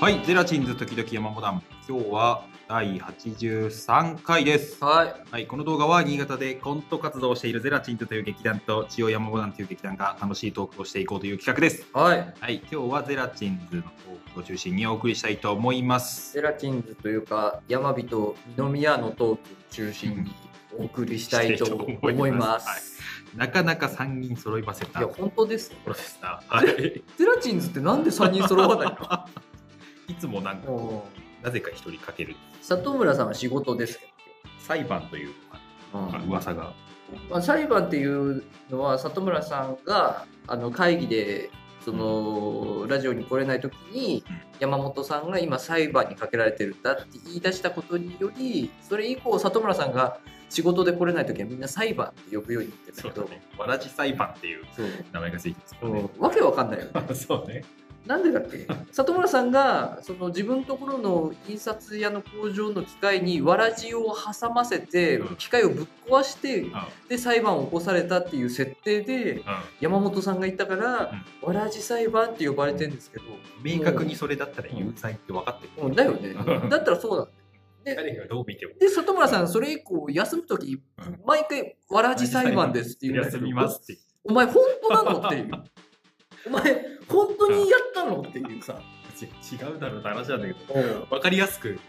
はい、ゼラチンズ時々山モダン。今日は第83回です。 はい。 この動画は新潟でコント活動をしているゼラチンズという劇団と千代山モダンという劇団が楽しいトークをしていこうという企画です。 はい。 はい、今日はゼラチンズのトークを中心にお送りしたいと思います。 ゼラチンズというか山火と二宮のトークを中心にお送りしたいと思います。 なかなか3人揃いません。 いや本当ですよ。 そうですな。はい。 ゼラチンズってなんで3人揃わないの？ いつもなんかなぜか1人かける。 里村さんは仕事ですけど。 裁判という噂が。 まあ、裁判っていうのは里村さんが会議でそのラジオに来れない時に山本さんが今裁判にかけられてるんだって言い出したことにより、それ以降里村さんが仕事で来れない時はみんな裁判って呼ぶように言ってたけど、 わらじ裁判っていう名前がついてますからね。 わけわかんないよね。 そうね。 なんでだっけ？里村さんがその自分のところの印刷屋の工場の機械にわらじを挟ませて機械をぶっ壊してで裁判を起こされたっていう設定で山本さんが言ったからわらじ裁判って呼ばれてるんですけど、 明確にそれだったら有罪って分かってる。 だよね。だったらそうだ。 誰がどう見ても。 で里村さんそれ以降休む時毎回わらじ裁判ですって言うんだけど、お前本当なのっていう。お前本当にやったのっていうさ、 違うだろうって話なんだけど、分かりやすく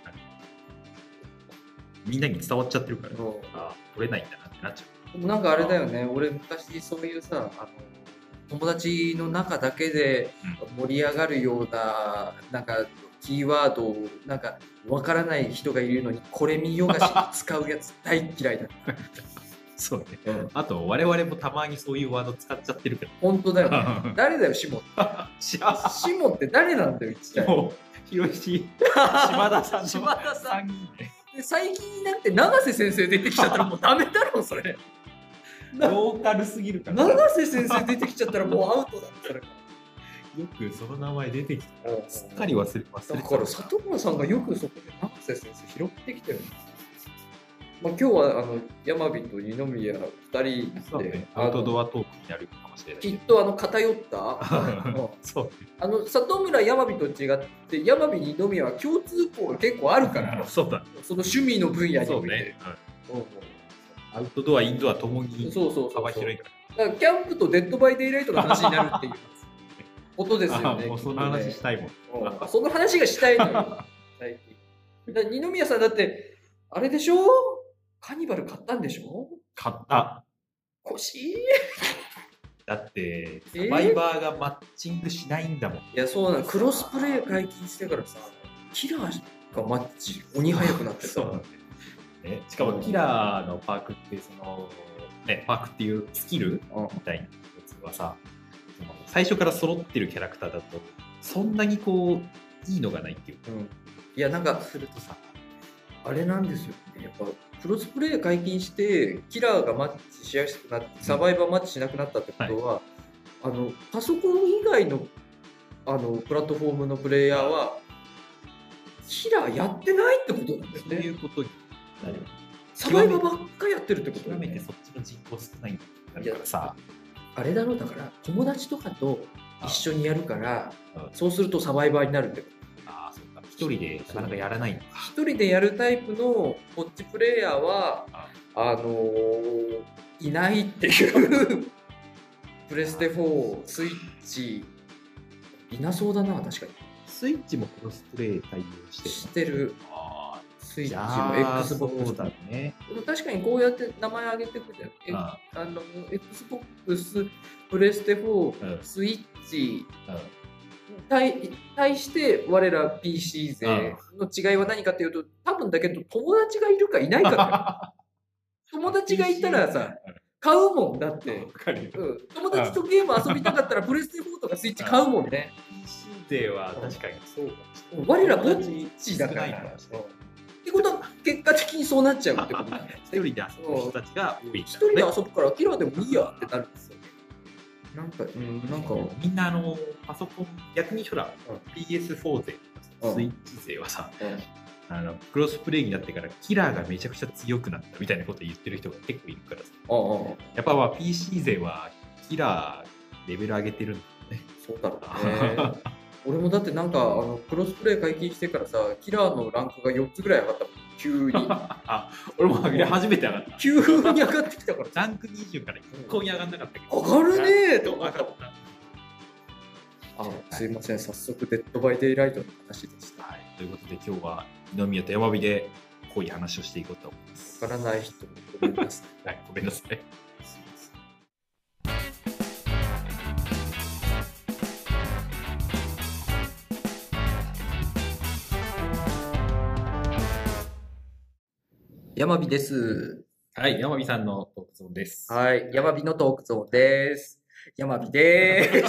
みんなに伝わっちゃってるから、取れないんだなってなっちゃう。 なんかあれだよね、俺昔そういうさ友達の中だけで盛り上がるようななんかキーワードをなんか分からない人がいるのにこれ見よがしに使うやつ大嫌いだ。 そうね。あと我々もたまにそういうワード使っちゃってるけど。 本当だよね。誰だよシモって。シモって誰なんだよ一体。 広石島田さん。 島田さん。最近になって永瀬先生出てきちゃったらもうダメだろそれ。 ローカルすぎるから。 永瀬先生出てきちゃったらもうアウトだそれ。 よくその名前出てきた。すっかり忘れます。 だから里村さんがよくそこで永瀬先生拾ってきてるんです。まあ、今日は山火と二宮2人でアウトドアトークになるかもしれない。 きっと偏ったそう里村山火と違って山火二宮は共通項が結構あるからそうだ、 その趣味の分野においてアウトドアインドアともに幅広いから。 だからキャンプとデッドバイデイライトの話になるっていうことですよね。 その話したいもん。 その話がしたいのよ最近。二宮さんだってあれでしょ、カニバル買ったんでしょ？ 買った。 欲しい。 だってサバイバーがマッチングしないんだもん。いやそうなの。クロスプレー解禁してからさ、キラーがマッチ鬼早くなってた。そうなんだよね。しかもキラーのパークってそのね、パークっていうスキルみたいなやつはさ、最初から揃ってるキャラクターだとそんなにこういいのがないっていう。 いやなんかするとさ。 あれなんですよね、やっぱクロスプレー解禁してキラーがマッチしやすくなってサバイバーマッチしなくなったってことは、パソコン以外のプラットフォームのプレイヤーはキラーやってないってことなんですね。 そういうことになる。 サバイバーばっかやってるってことだね。極めてそっちの人口少ないんだからさ、 あれだろう、だから友達とかと一緒にやるからそうするとサバイバーになるってこと。 一人でなかなかやらないのか。 一人でやるタイプのこっちプレイヤーは、いないっていうプレステ4、スイッチいなそうだな。確かにスイッチもクロスプレイ対応してる。 スイッチも XBOX だね。でも確かにこうやって名前挙げてくれる。XBOX、プレステ4、スイッチ、対して我ら PC 勢の違いは何かというと、多分だけど友達がいるかいないか友達がいたらさ買うもんだって、友達とゲーム遊びたかったらプレステ4とかスイッチ買うもんね。 PC 勢は確かにそうかもしれない。 我らぼっちだからってことは結果的にそうなっちゃうってことだね。 一人で遊ぶ人たちが多い。 一人で遊ぶからキラーでもいいやってなるんですよ。なんかみんなパソコン逆にほら PS4 勢とかスイッチ勢はさ、クロスプレイになってからキラーがめちゃくちゃ強くなったみたいなことを言ってる人が結構いるからさ、やっぱPC 勢はキラーレベル上げてるんだよね。 そうだろうね。 俺もだってなんかクロスプレイ解禁してからさ、キラーのランクが4つぐらい上がったもん、急に。 俺も初めて上がった。 急に上がってきたから。 ランク20から一向に上がんなかったけど。 上がるねーと思ったもん。すいません、早速デッドバイデイライトの話でした。 はい、ということで今日は二宮と山火で濃い話をしていこうと思います。 わからない人もごめんなさい。 はい、ごめんなさい。 山火です。 はい、山火さんのトークゾーンです。 はい、山火のトークゾーンです。山火です。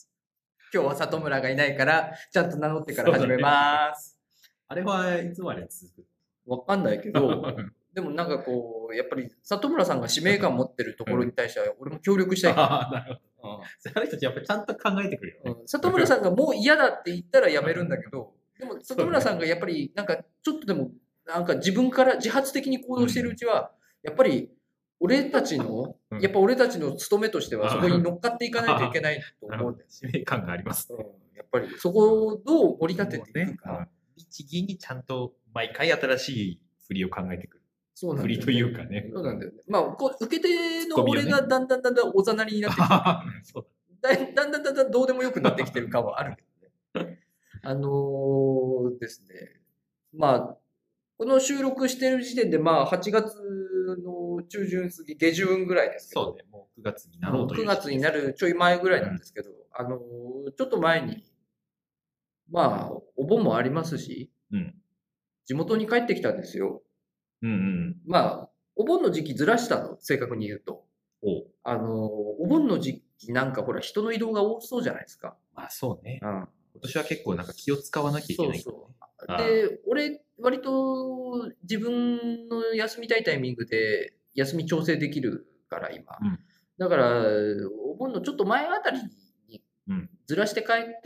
今日は里村がいないから、ちゃんと名乗ってから始めます。 あれはいつまで続く？ わかんないけど、でもなんかこう、やっぱり里村さんが使命感持ってるところに対しては、俺も協力したいから。 なるほど。あの人たちやっぱりちゃんと考えてくるよね。 里村さんがもう嫌だって言ったらやめるんだけど、でも里村さんがやっぱりなんかちょっとでもなんか自分から自発的に行動してるうちは、やっぱり俺たちの務めとしてはそこに乗っかっていかないといけないと思うんだよ。 使命感があります。 やっぱりそこをどう盛り立てていくか。 律儀にちゃんと毎回新しい振りを考えてくる。 そうなんだよね。 振りというかね。 そうなんだよね。まあ、受け手の俺がだんだんおざなりになってきて、だんだんどうでもよくなってきてる感はあるけどね。ですね。まあ、この収録してる時点で、まあ、8月の中旬過ぎ、下旬ぐらいですけど。 そうね、もう9月になろうという。 9月になるちょい前ぐらいなんですけど、ちょっと前に、まあ、お盆もありますし、地元に帰ってきたんですよ。まあ、お盆の時期ずらしたの、正確に言うと。お盆の時期なんかほら、人の移動が多そうじゃないですか。 まあ、そうね。今年は結構なんか気を使わなきゃいけないからね。 で、俺、割と自分の休みたいタイミングで休み調整できるから、今。だから、お盆のちょっと前あたりにずらして帰って、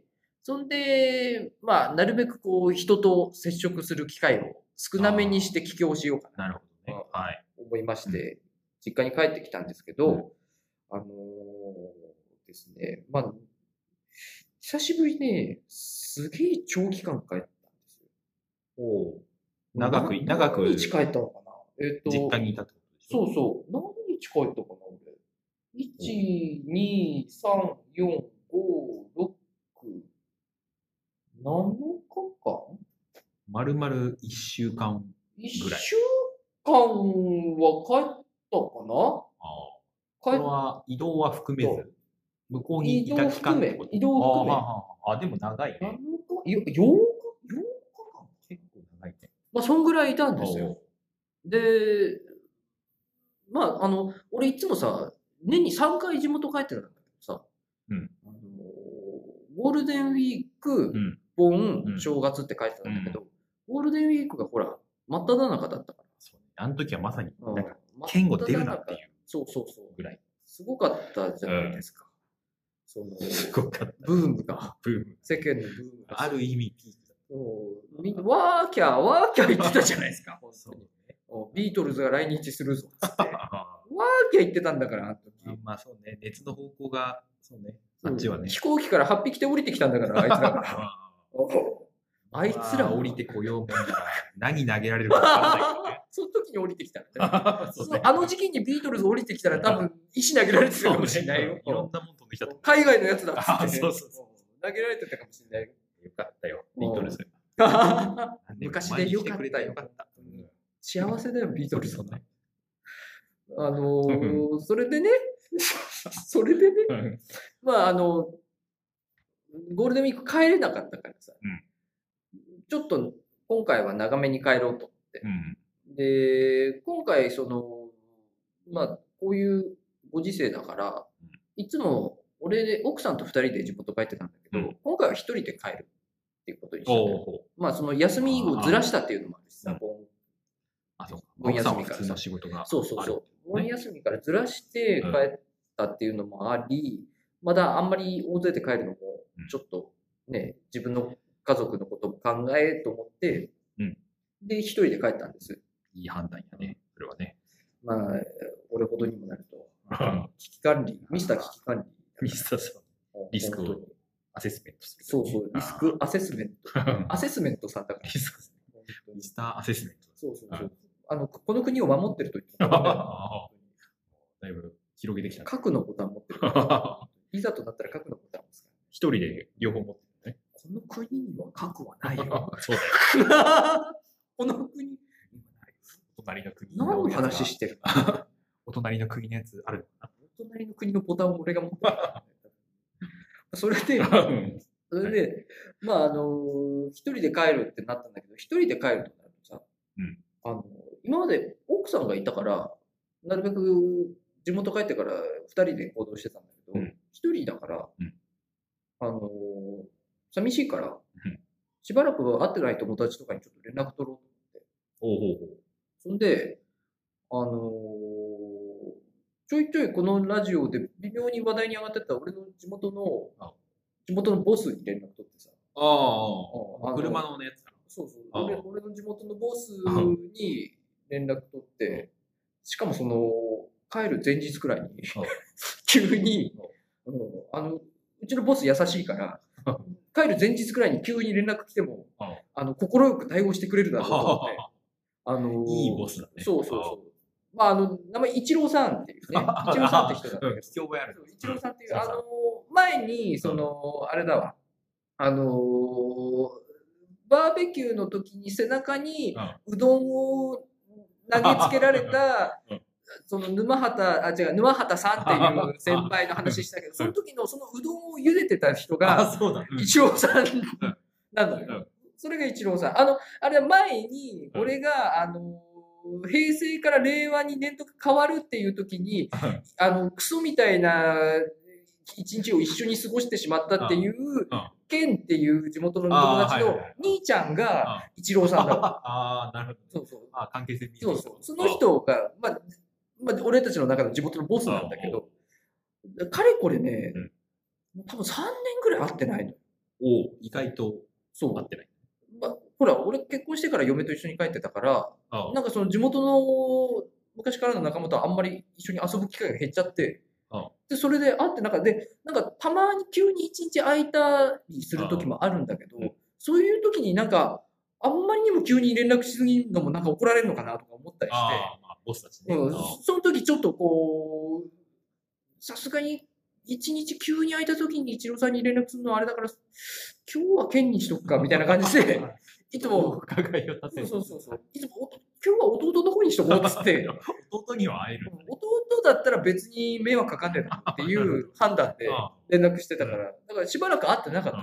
そんで、まあ、なるべくこう、人と接触する機会を少なめにして帰郷しようかな。 なるほどね。はい。 思いまして、実家に帰ってきたんですけど、ですね、まあ、久しぶりね、すげえ長期間帰ったんですよ。 長く。 何日帰ったのかな？ 実家にいたってことでしょ？ そうそう。何日帰ったかな、俺。1、2、3、4、5、6、7日間？ 丸々1週間ぐらい。 1週間は帰ったかな？ これは移動は含めず、向こうにいた期間ってこと？ 移動含め。 でも長いね。 8日間？ 結構長いね。 まあ、そんぐらいいたんですよ。で、まあ、俺いつもさ、年に3回地元帰ってたんだけどさ、ゴールデンウィーク、盆、正月って書いてたんだけど、ゴールデンウィークがほら、真っ只中だったから。 あの時はまさに、なんか、県を出るなっていう。 そうぐらい。すごかったじゃないですか。 すごかった。 ブームが。世間のブームが。 ある意味ピークだ。 みんなワーキャー言ってたじゃないですか。ビートルズが来日するぞっつって。ワーキャー言ってたんだから、あの時。 まあそうね、熱の方向が、そうね、あっちはね。 飛行機から8匹で降りてきたんだから、あいつらが。あいつら降りてこようもんなら何投げられるか分からないよね。 その時に降りてきた。あの時期にビートルズ降りてきたら多分石投げられてたかもしれないよ。 いろんなもん飛んできた。 海外のやつだっつって。 そう。 投げられてたかもしれないよ。 よかったよ、ビートルズ。 昔でよかったよ。幸せだよ、ビートルズは。それでね、まあゴールデンウィーク帰れなかったからさ、ちょっと今回は長めに帰ろうと思って。で、今回まあこういうご時世だから、いつも俺奥さんと2人で地元帰ってたんだけど、今回は1人で帰るっていうことにした。まあその休みをずらしたっていうのもあるしさ、 盆休みからさ、仕事が。 そう。盆休みからずらして帰ったっていうのもあり、まだあんまり大勢で帰るのも、ちょっとね、自分の家族のことも考えと思って、で、一人で帰ったんです。 いい判断やね、それはね。 まあ、俺ほどにもなると、危機管理、ミスター危機管理。 ミスターさん、リスクをアセスメントする。 そうそう、リスクアセスメント。アセスメントさんだから。 リスターアセスメント。 そうそうそう。この国を守ってると言ってもだいぶ広げてきた。 核のボタン持ってる。いざとなったら核のボタンを使う。 一人で両方持ってるね。 この国には核はないよ。 そうだよ。 この国にはない。 隣の国何の話してるお隣の国のやつあるのかな。 お隣の国のボタンを俺が持ってる。それで、まあ一人で帰るってなったんだけど、一人で帰るとなるとさ、今まで奥さんがいたから、なるべく地元帰ってから二人で行動してたんだけど、一人だから、寂しいから、しばらく会ってない友達とかにちょっと連絡取ろうと思って。そんで、ちょいちょいこのラジオで微妙に話題に上がってた俺の地元のボスに連絡取ってさ。 車のやつかな。 そうそう。俺の地元のボスに連絡取って、しかもその、帰る前日くらいに、急に、うちのボス優しいから、帰る前日くらいに急に連絡来ても、快く対応してくれるだろうと思って。 いいボスだね。 そうそうそう。まあ、名前、イチローさんっていうね。イチローさんって人だったけど。 聞き覚えある。 イチローさんっていう、前に、あれだわ。バーベキューの時に背中にうどんを投げつけられた、その沼畑さんっていう先輩の話したけど、その時のそのうどんを茹でてた人が、イチローさんなのよ。それがイチローさん。あれ前に、俺が、平成から令和に年度変わるっていう時に、クソみたいな一日を一緒に過ごしてしまったっていう、ケンっていう地元の友達の兄ちゃんがイチローさんだわ。 ああ、なるほど。 そうそう。 関係性見る。そうそう。その人が、まあ、俺たちの中の地元のボスなんだけど、かれこれね、多分3年ぐらい会ってないの。 意外と会ってない。 ほら、俺結婚してから嫁と一緒に帰ってたから、なんかその地元の昔からの仲間とあんまり一緒に遊ぶ機会が減っちゃって、で、それで会ってなんかたまに急に一日空いたりする時もあるんだけど、そういう時になんか、あんまりにも急に連絡しすぎるのもなんか怒られるのかなとか思ったりして、 ボスたちね。 その時ちょっとこう、さすがに一日急に空いた時にイチローさんに連絡するのはあれだから、今日はケンにしとくかみたいな感じで、いつも、 伺いを立てる。 そう。いつも、今日は弟の方にしとこうっつって。 弟には会える。 弟だったら別に迷惑かかんねえなっていう判断で連絡してたから、だからしばらく会ってなかった。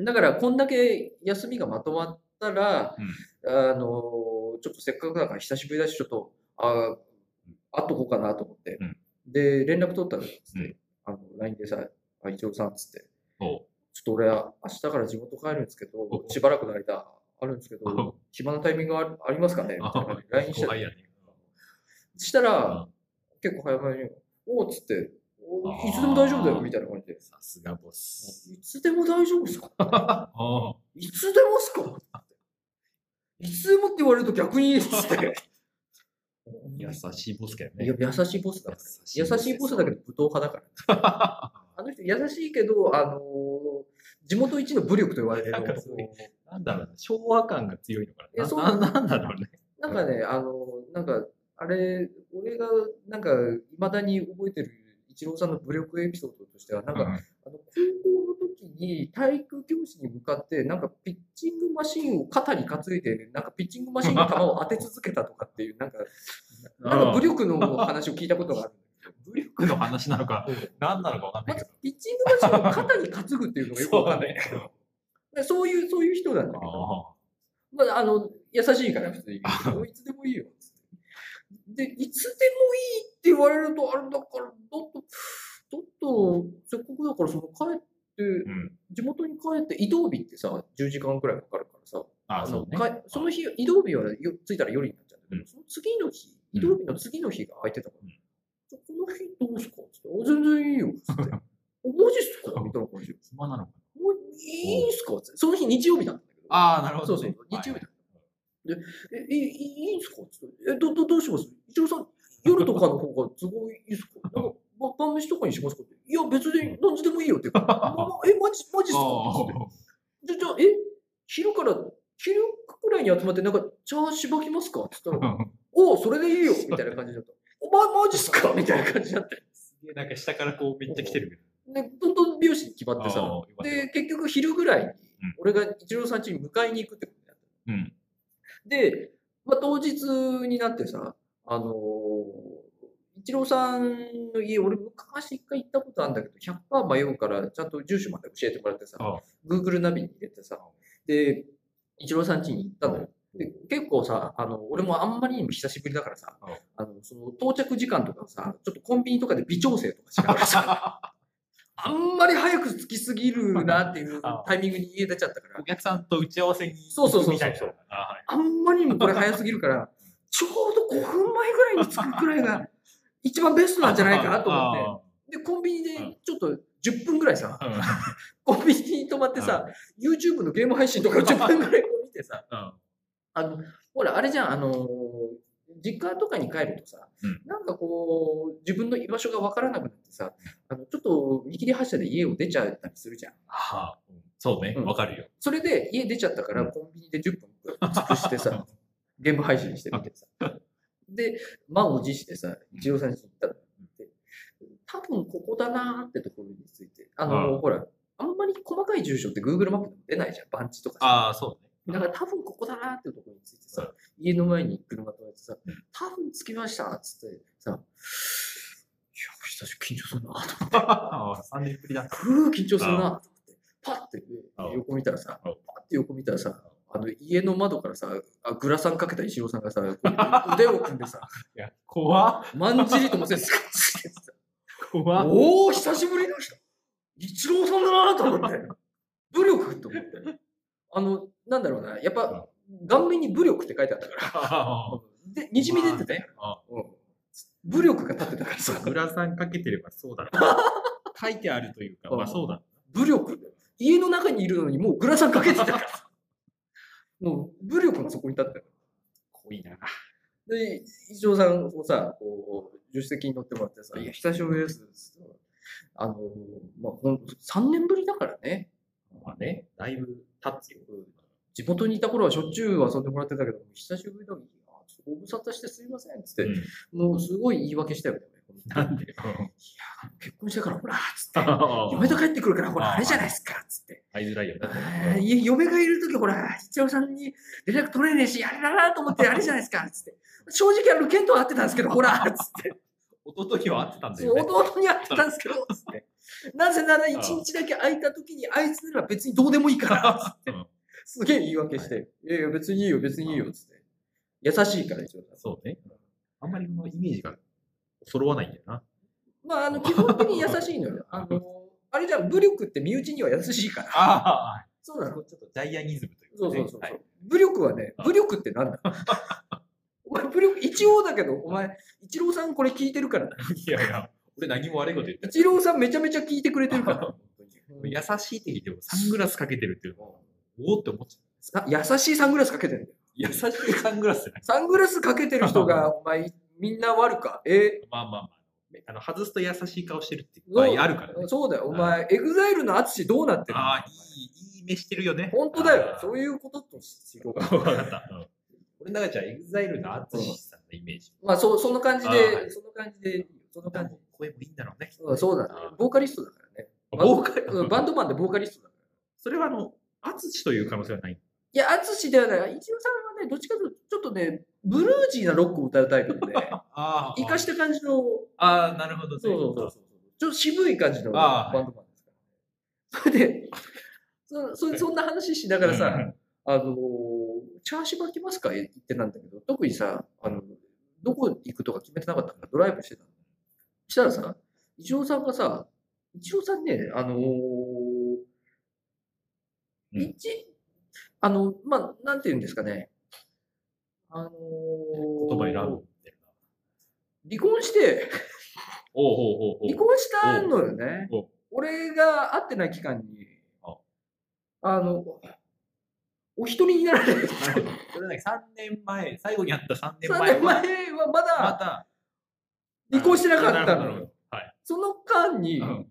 だからこんだけ休みがまとまったら、ちょっとせっかくだから久しぶりだし、ちょっと、会っとこうかなと思って。で、連絡取ったらですね、LINE でさ、イチローさんっつって、ちょっと俺は明日から地元帰るんですけど、しばらくの間あるんですけど、暇なタイミングありますかねみたいな感じで LINE してた。そしたら、結構早めに、おっつって、いつでも大丈夫だよみたいな感じで。 さすがボス。 いつでも大丈夫ですかいつでもっすかいつでもって言われると逆にっつって。 優しいボスだよね。 いや、優しいボスだ。優しいボスだけど武闘派だから。あの人優しいけど、地元一の武力と言われる。 なんだろうね、昭和感が強いのかな。なんだろうね。 なんかね、なんか、あれ、俺が、なんか、未だに覚えてるイチローさんの武力エピソードとしては、なんか、高校の時に体育教師に向かって、なんかピッチングマシンを肩に担いで、なんかピッチングマシンの球を当て続けたとかっていう、なんか武力の話を聞いたことがある。 武力の話なのか、何なのか分かんないけど。 ピッチングマシンを肩に担ぐっていうのがよく分かんないけど。そういう人なんだけど。まあ、優しいから普通に。いつでもいいよ。で、いつでもいいって言われると、あれだから、ちょっと、せっかくだから、帰って、地元に帰って、移動日ってさ、10時間くらいかかるからさ、その日、移動日は着いたら夜になっちゃうんだけど、その次の日、移動日の次の日が空いてたから、この日どうすかって言って、全然いいよ。つって。マジっすかみたいな感じで。 暇なのかいいんすかって。その日日曜日なんだけど。 なるほど。 そう、日曜日だ。で、いいんすかって言って、どうしますイチローさん、夜とかの方が都合いいっすかなんか、晩飯とかにしますかって。いいや、別に何時でもいいよって言うから、マジっすかじゃあ、昼くらいに集まって、なんか、茶しばきますかって言ったら、おそれでいいよみたいな感じだった。マジっすかみたいな感じだった。 すげえ、なんか下からこうめっちゃ来てるけど。 で、どんどん美容師に決まってさ、で、結局昼ぐらいに、俺がイチローさん家に迎えに行くってことになった。で、当日になってさ、イチローさんの家、俺昔一回行ったことあるんだけど、100% 迷うから、ちゃんと住所まで教えてもらってさ、Google ナビに入れてさ、で、イチローさん家に行ったのよ。で結構さ、俺もあんまりにも久しぶりだからさ、その到着時間とかさ、ちょっとコンビニとかで微調整とかしながらさ、あんまり早く着きすぎるなっていうタイミングに家出ちゃったから。 お客さんと打ち合わせにそう。あんまりにもこれ早すぎるから、ちょうど5分前ぐらいに着くくらいが一番ベストなんじゃないかなと思って。で、コンビニでちょっと10分ぐらいさ、コンビニに泊まってさ、YouTube のゲーム配信とかを10分ぐらい見てさ、ほら、あれじゃん、実家とかに帰るとさ、なんかこう、自分の居場所が分からなくなってさ、ちょっと見切り発車で家を出ちゃったりするじゃん。 そうね、分かるよ。 それで家出ちゃったから、コンビニで10分尽くしてさ、ゲーム配信してみてさ。で、満を持してさ、一郎さんに行ったの。多分ここだなーってところについて。ほら、あんまり細かい住所って Google マップでも出ないじゃん、番地とか。 そうね。 だから多分ここだなっていうところについてさ、家の前に車止めてさ、多分着きましたっつってさ、いや、久しぶり緊張するなと思って。 3年ぶりだ。 緊張するなと思って。パッて横見たらさ、家の窓からさ、グラサンかけた石尾さんがさ、腕を組んでさ、 いや、怖っ。 まんじりともせず、 怖っ。 おー、久しぶりの人。一郎さんだなと思って。武力と思って。なんだろうな、やっぱ、顔面に武力って書いてあったから。で、にじみ出てて、武力が立ってたからさ。 グラサンかけてればそうだな。書いてあるというか、そうだ。 武力。家の中にいるのにもうグラサンかけてたからさ。もう、武力がそこに立ってた。 濃いな。 で、一郎さんをさ、こう、助手席に乗ってもらってさ、いや、久しぶりです。3年ぶりだからね。 まあね、だいぶ経つよ。 地元にいた頃はしょっちゅう遊んでもらってたけど、久しぶりだに、ご無沙汰してすいませんっつって、もうすごい言い訳したよね。 なんで？いや、 結婚してからほら、つって、嫁と帰ってくるからほら、あれじゃないですか、つって。 会いづらいよね。嫁がいるときほら、一郎さんに連絡取れねえし、あれだなと思って、あれじゃないですか、つって。正直ケントは会ってたんですけど、ほら、つって。 弟には会ってたんだよね。 弟に会ってたんですけど、つって。なぜなら一日だけ空いたときに、あいつなら別にどうでもいいから、つって。すげえ言い訳して、いやいや、別にいいよ、別にいいよ、つって。優しいから、一応。 そうね。あんまりのイメージが揃わないんだよな。 まあ、基本的に優しいのよ。あれじゃん、武力って身内には優しいから。そうなの。 ちょっとジャイアニズムというか。そう。武力はね、武力ってなんだお前、武力、一応だけど、お前、一郎さんこれ聞いてるから。 いやいや、俺何も悪いこと言ってない。 一郎さんめちゃめちゃ聞いてくれてるから。 優しいって聞いてもサングラスかけてるっていうのを、おおって思っちゃう。 優しいサングラスかけてるんだよ。 優しいサングラスじゃない。 サングラスかけてる人が、お前、みんな悪か。 まあ、外すと優しい顔してるって場合あるからね。 そうだよ。お前、エグザイルの淳どうなってるの？ いい目してるよね。 本当だよ。そういうこととしろ。 分かった。俺の中じゃエグザイルの淳さんのイメージ。 まあ、そんな感じで、そんな感じ。 声もいいんだろうね。 そうだね。ボーカリストだからね。バンドマンでボーカリストだから。 それは淳という可能性はない？ いや、淳ではない。一郎さんはね、どっちかというと、ちょっとね、ブルージーなロックを歌うタイプで、生かした感じの。 なるほどね。 そう。ちょっと渋い感じのバンドマンですから。それで、そんな話しながらさ、チャーシュー巻きますか言ってたんだけど、特にさ、どこ行くとか決めてなかったからドライブしてたの。したらさ、一郎さんね、まあ、なんて言うんですかね。 言葉選ぶ。 離婚して、離婚したのよね。俺が会ってない期間に、お一人になられる。 それ3年前、最後に会った3年前は。3年前はまだ離婚してなかったの。その間に、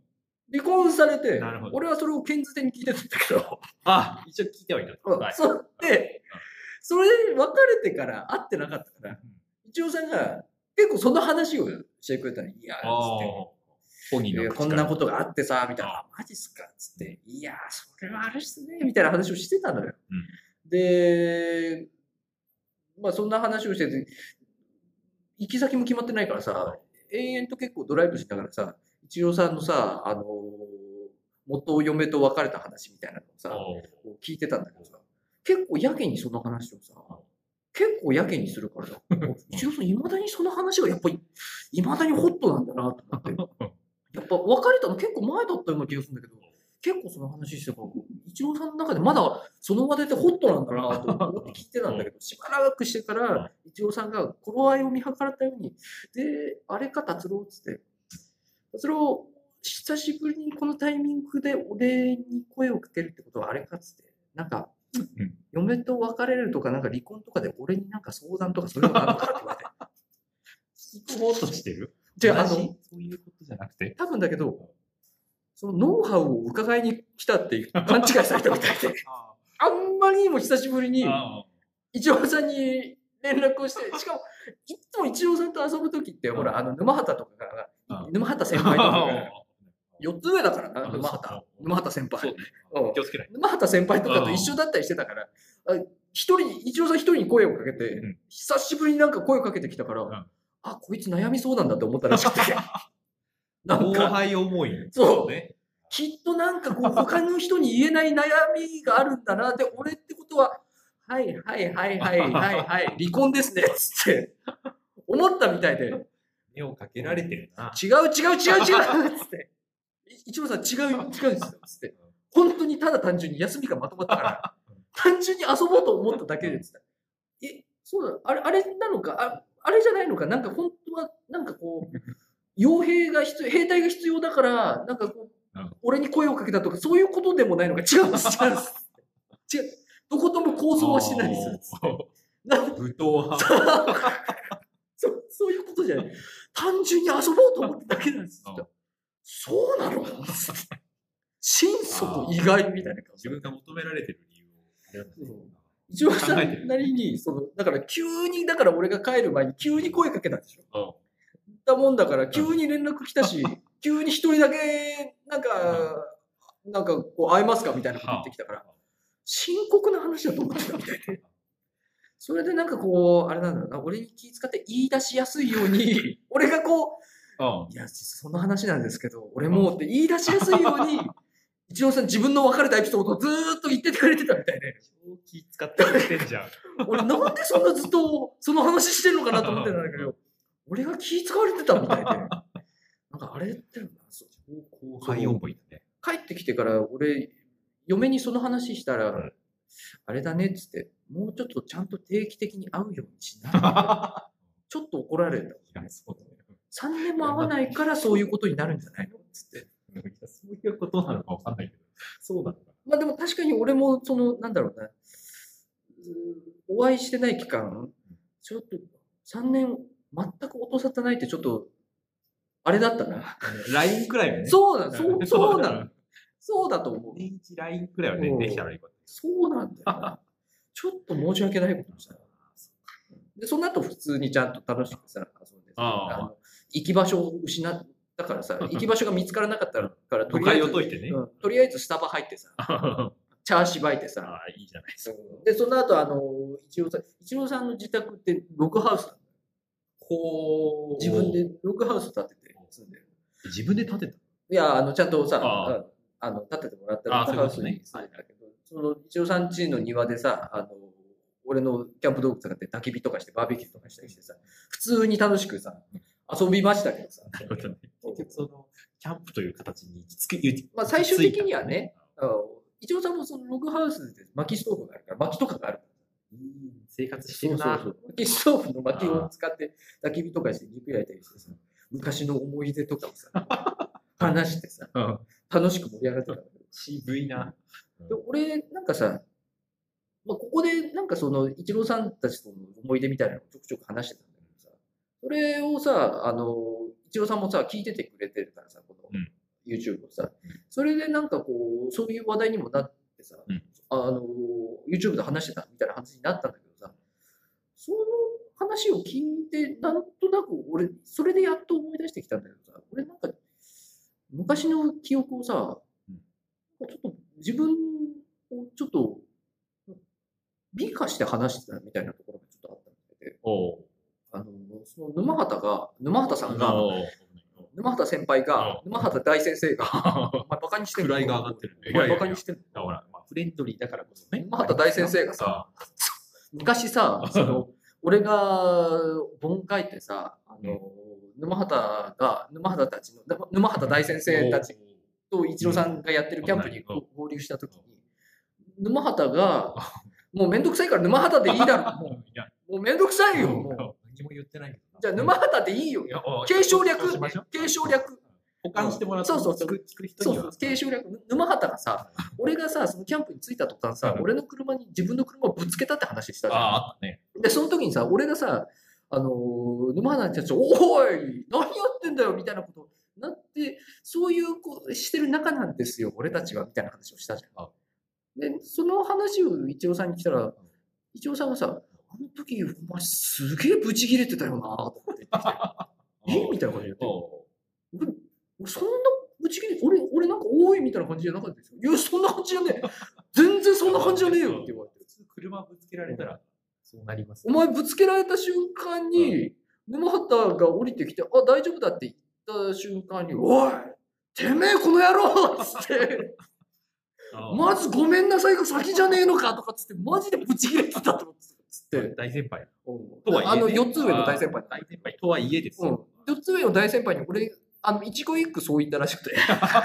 離婚されてなるほ、ど俺はそれを堅実に聞いてたんだけど、 あ、一応聞いてはいる。はいそうで、それで別れてから会ってなかったから、一応さんが結構その話をしてくれたの。いや、つって。 本人のいやこんなことがあってさ、みたいな。マジっすかつって。いや、それはあるっすね、みたいな話をしてたのよ。で、まあそんな話をしてて、行き先も決まってないからさ、延々と結構ドライブしながらさ、一郎さんのさ、元嫁と別れた話みたいなのをさ、聞いてたんだけどさ、結構やけにその話をさ、結構やけにするからさ、一郎さんいまだにその話がやっぱり、いまだにホットなんだなと思って。やっぱ別れたの結構前だったような気がするんだけど、結構その話してから、一郎さんの中でまだその話題ってホットなんだなと思って聞いてたんだけど、しばらくしてから、一郎さんが頃合いを見計らったように、で、あれか達郎っつって、達郎、久しぶりにこのタイミングで俺に声をかけるってことはあれかっつって、なんか、嫁と別れるとか、なんか離婚とかで俺になんか相談とかそういうのがあるのかって言われて。 聞こうとしてる？ じゃあ、 そういうことじゃなくて。 多分だけど、そのノウハウを伺いに来たっていう勘違いされたみたいで、あんまりにも久しぶりに、一郎さんに連絡をして、しかも、いつも一郎さんと遊ぶときって、ほら、沼畑とかが、沼畑先輩とかが、4つ上だからな、沼畑先輩。 気をつけない。 沼畑先輩とかと一緒だったりしてたから、一郎さん一人に声をかけて、久しぶりになんか声をかけてきたから、あ、こいつ悩みそうなんだって思ったらしくて。 後輩思い。 そう。きっとなんかこう他の人に言えない悩みがあるんだな。で、俺ってことは、はいはいはいはいはいはい、離婚ですね、つって思ったみたいで。 目をかけられてるな。 違う違う違う違うつって。一郎さん違うんですよ、つって。本当にただ単純に休みがまとまったから、単純に遊ぼうと思っただけで、つって。そうだ、あれなのか、あれじゃないのか、なんか本当は、なんかこう、兵隊が必要だから、なんかこう、俺に声をかけたとか、そういうことでもないのか、違うんです、違うんです。違う。どことも構想はしないです。 武闘派。 そういうことじゃない。単純に遊ぼうと思っただけなんです。そうなの心底意外みたいな感じ。 自分が求められてる理由を。 一応さんなりに、だから急に、だから俺が帰る前に急に声かけたんでしょ。だもんだから急に連絡来たし、急に一人だけ、なんかこう会えますかみたいなこと言ってきたから、深刻な話だと思ってたみたいで。それでなんかこう、あれなんだろうな、俺に気遣って言い出しやすいように、俺がこう、いや、その話なんですけど、俺もって言い出しやすいように、一郎さん自分の別れたエピソードをずーっと言っててくれてたみたいで。 気使ってくれてんじゃん。 俺なんでそんなずっとその話してんのかなと思ってたんだけど、俺が気使われてたみたいで。なんかあれって後輩思いだね。 帰ってきてから俺、嫁にその話したら、あれだねっつって、もうちょっとちゃんと定期的に会うようにしな。ちょっと怒られた。3年も会わないからそういうことになるんじゃないのつって。 そういうことなのかわかんないけど。そうなのか。 まあでも確かに俺もなんだろうな、お会いしてない期間、ちょっと3年全く音沙汰ないってちょっと、あれだったな。 LINE くらいはね。 そうなの。そうだと思う。 年一 LINE くらいはね、できたらいいこと。 そうなんだよな。ちょっと申し訳ないことしたな。で、その後普通にちゃんと楽しくさ、遊んでさ、行き場所を失ったからさ、行き場所が見つからなかったから、とりあえずスタバ入ってさ、チャーシバいてさ。 いいじゃないですか。 で、その後、一郎さんの自宅ってログハウスだ。自分でログハウス建てて住んでる。 自分で建てた？ いや、ちゃんとさ、建ててもらったログハウスに住んでたけど、その一郎さん家の庭でさ、俺のキャンプ道具使って焚き火とかしてバーベキューとかしたりしてさ、普通に楽しくさ、遊びましたけどさ。 なるほどね。結局キャンプという形にまあ最終的にはね、一郎さんもそのログハウスで薪ストーブがあるから、薪とかがある。 生活してるな。 薪ストーブの薪を使って焚き火とかして肉焼いたりしてさ、昔の思い出とかをさ、話してさ、楽しく盛り上がってた。 渋いな。 で俺、なんかさ、まあ、ここでなんか一郎さんたちとの思い出みたいなのをちょくちょく話してたんだけどさ、それをさ、一郎さんもさ、聞いててくれてるからさ、 YouTube をさ。それでなんかこう、そういう話題にもなってさ、YouTube で話してたみたいな話になったんだけどさ、その話を聞いて、なんとなく俺、それでやっと思い出してきたんだけどさ、俺なんか、昔の記憶をさ、ちょっと自分をちょっと美化して話してたみたいなところがちょっとあったので、その沼畑さんが、沼畑先輩が、沼畑大先生が、お前バカにしてんの？ 位が上がってるね。 お前バカにしてんの？ だから、フレンドリーだからこそね。 沼畑大先生がさ、昔さ、俺が本書いてさ、沼畑たちの、沼畑大先生たちと一郎さんがやってるキャンプに合流したときに、沼畑が、もうめんどくさいから沼畑でいいだろ。もうめんどくさいよ。もう何も言ってないけど。 じゃあ沼畑でいいよ。継承略。 保管してもらって。 そう。 聞く人には。 継承略。沼畑がさ、俺がさ、そのキャンプに着いた途端さ、俺の車に自分の車をぶつけたって話したじゃん。 あったね。 で、その時にさ、俺がさ、沼畑たち、おい何やってんだよみたいなことになって、そういうこしてる仲なんですよ、俺たちは、みたいな話をしたじゃん。で、その話を一郎さんに来たら、一郎さんがさ、あの時、お前すげえブチ切れてたよなとかって言ってきて、みたいな感じで言って、俺そんなブチ切れ、俺なんか多いみたいな感じじゃなかったですよ。いや、そんな感じじゃねえ。全然そんな感じじゃねえよって言われて。 普通車ぶつけられたら、そうなります。 お前ぶつけられた瞬間に、沼畑が降りてきて、あ、大丈夫だって言った瞬間に、おいてめえこの野郎っつって、まずごめんなさいが先じゃねえのかとかっつって、マジでブチ切れてたとつって。 大先輩。 とはいえ、4つ上の大先輩。 大先輩とはいえですよ。 4つ上の大先輩に俺、一語一句そう言ったらしくて。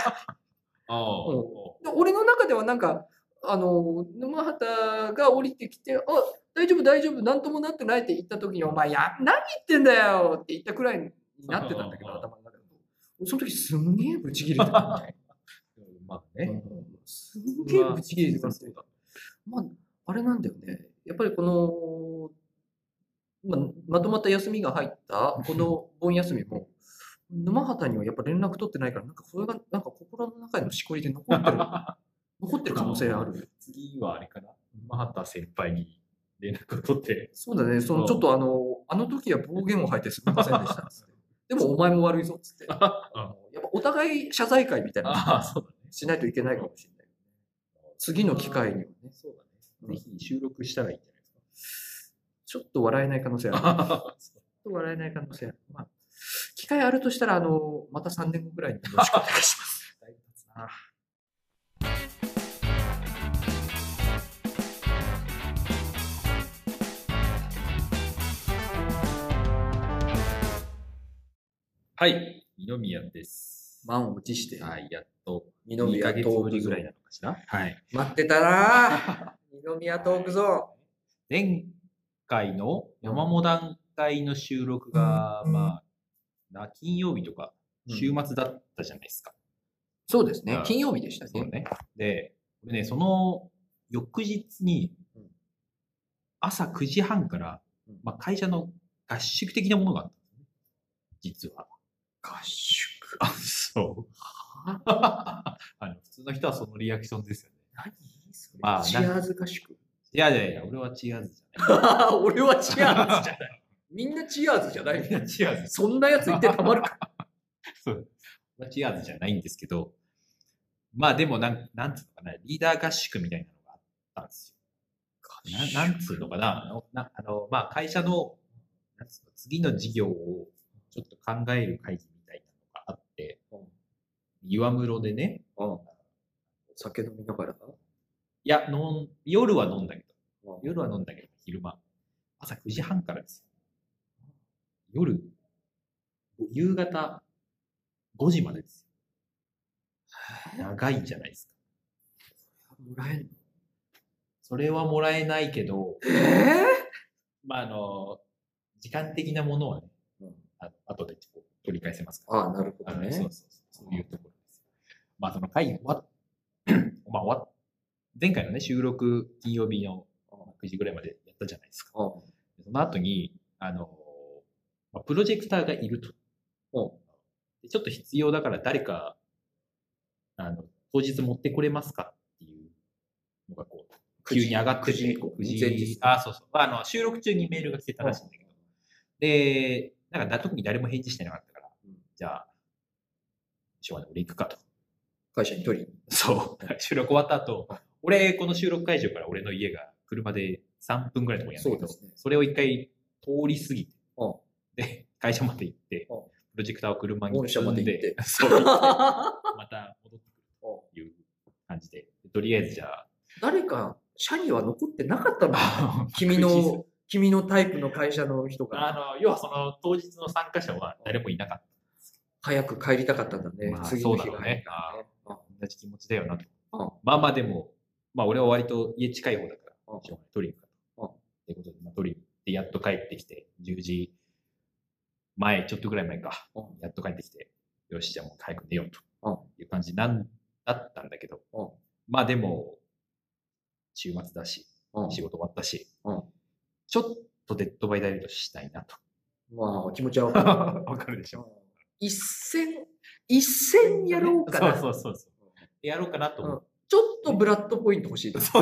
俺の中ではなんか、沼畑が降りてきて、あ、大丈夫、なんともなってないって言った時に、お前、何言ってんだよって言ったくらいになってたんだけど、頭の中で。その時すんげえブチ切れてたみたい。 まあね。 すんげえブチ切れてた。まあ、あれなんだよね。やっぱりこの、まとまった休みが入ったこの盆休みも、沼畑にはやっぱ連絡取ってないから、なんかそれがなんか心の中のしこりで残ってる可能性ある。 次はあれかな。沼畑先輩に連絡を取って。 そうだね。ちょっとあの時は暴言を吐いてすみませんでした。でもお前も悪いぞっつって。やっぱお互い謝罪会みたいなしないといけないかもしれない。次の機会にはね。 そうだね。ぜひ収録したらいいんじゃないですか。 ちょっと笑えない可能性ある。まあ、機会あるとしたら、また3年後ぐらいによろしくお願いします。だいぶ経つな。 はい、二宮です。 満を持して。 はい、やっと二宮トークゾーンぶりぐらいなのかしら。はい。 待ってたな二宮トークゾーン。 前回の山モ段階の収録が、まあ、金曜日とか週末だったじゃないですか。 そうですね。金曜日でしたね。 そうね。で、これね、その翌日に、朝9時半から、まあ、会社の合宿的なものがあったんですね。実は。 合宿。 あ、そう。普通の人はそのリアクションですよね。 何それ、 まあ、 チアーズ合宿。 いや、俺はチアーズじゃない。 俺はチアーズじゃない。みんなチアーズじゃない。 みんなチアーズ。 そんなやついてたまるか。 そう。チアーズじゃないんですけど、まあでもなんつうのかな、リーダー合宿みたいなのがあったんですよ。なんつうのかな、まあ会社の、なんつうの、次の事業をちょっと考える会議みたいなのがあって、岩室でね、 酒飲みながら。 いや、夜は飲んだけど、昼間。朝9時半からですよ。夕方5時までですよ。長いじゃないですか。 もらえるの？ それはもらえないけど、まあ時間的なものはね、後で取り返せますから。 ああ、なるほどね。 そういうところです。まあその会議まあ前回のね、収録金曜日の9時ぐらいまでやったじゃないですか。その後に、プロジェクターがいると。ちょっと必要だから誰か当日持ってこれますかっていうのがこう、急に上がってて、 9時そうそう。収録中にメールが来てたらしいんだけど。で、なんか特に誰も返事してなかったから、じゃあ、しょうがない、俺行くかと。 会社に取りに。 そう。収録終わった後、俺、この収録会場から俺の家が車で3分ぐらいのところにあるんだけど、 そうですね。 それを一回通り過ぎて、 うん、 で、会社まで行って、プロジェクターを車に積んで、 そう、また戻ってくるという感じで、とりあえずじゃあ。 誰か、社には残ってなかったの君のタイプの会社の人が。 要はその当日の参加者は誰もいなかった。 早く帰りたかったんだね。次の日がね。同じ気持ちだよなと。まあまあでも、まあ俺は割と家近い方だから、取りに行くかと。っていうことで、取りに行ってやっと帰ってきて、10時前、ちょっとぐらい前か。やっと帰ってきて、よし、じゃあもう早く寝ようという感じだったんだけど、まあでも、週末だし、仕事終わったし、ちょっとデッドバイダイレクトしたいなと。 まあ気持ちはわかるでしょ。 一戦やろうかな。 そう。やろうかなと思う。 ちょっとブラッドポイント欲しい。 そう。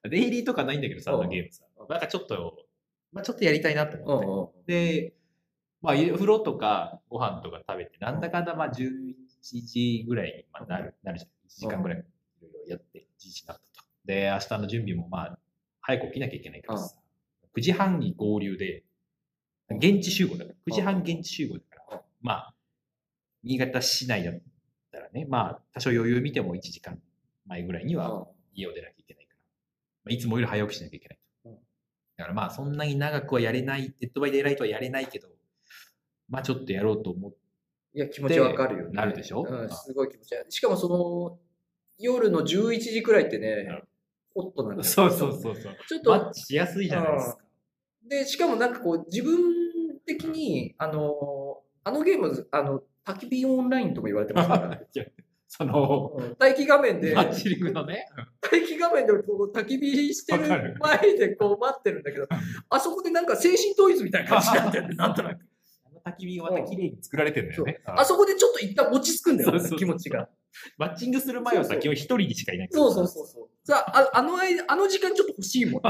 デイリーとかないんだけどさ、ゲームさ。なんかちょっとやりたいなと思って。で、まあ、風呂とかご飯とか食べて、なんだかんだまあ11時ぐらいになるじゃん。1時間ぐらいいろいろやって11時になったと。で、明日の準備もまあ、早く起きなきゃいけないからさ、9時半に合流で、現地集合だから、9時半現地集合だから、まあ、新潟市内だったらね、まあ、多少余裕見ても1時間前ぐらいには家を出なきゃいけないから、まあ、いつもより早起きしなきゃいけないと。だからまあ、そんなに長くはやれない、デッドバイデイライトはやれないけど、まあ、ちょっとやろうと思って。 いや、気持ちわかるよね。 なるでしょ？ すごい気持ち悪い。しかもその、夜の11時くらいってね、ホットなんだよ。 そう。ちょっとマッチしやすいじゃないですか。 で、しかもなんかこう、自分的に、あのゲーム、焚き火オンラインとか言われてますから、 その、 待機画面で、 マッチリングのね、 待機画面でこう焚き火してる前でこう待ってるんだけど、あそこでなんか精神統一みたいな感じになってるんなんとなく。 焚き火がまた綺麗に作られてるんだよね。 あそこでちょっと一旦落ち着くんだよ、気持ちが。 マッチングする前はさ、基本一人にしかいない。 そう。さあ、あの時間ちょっと欲しいもん。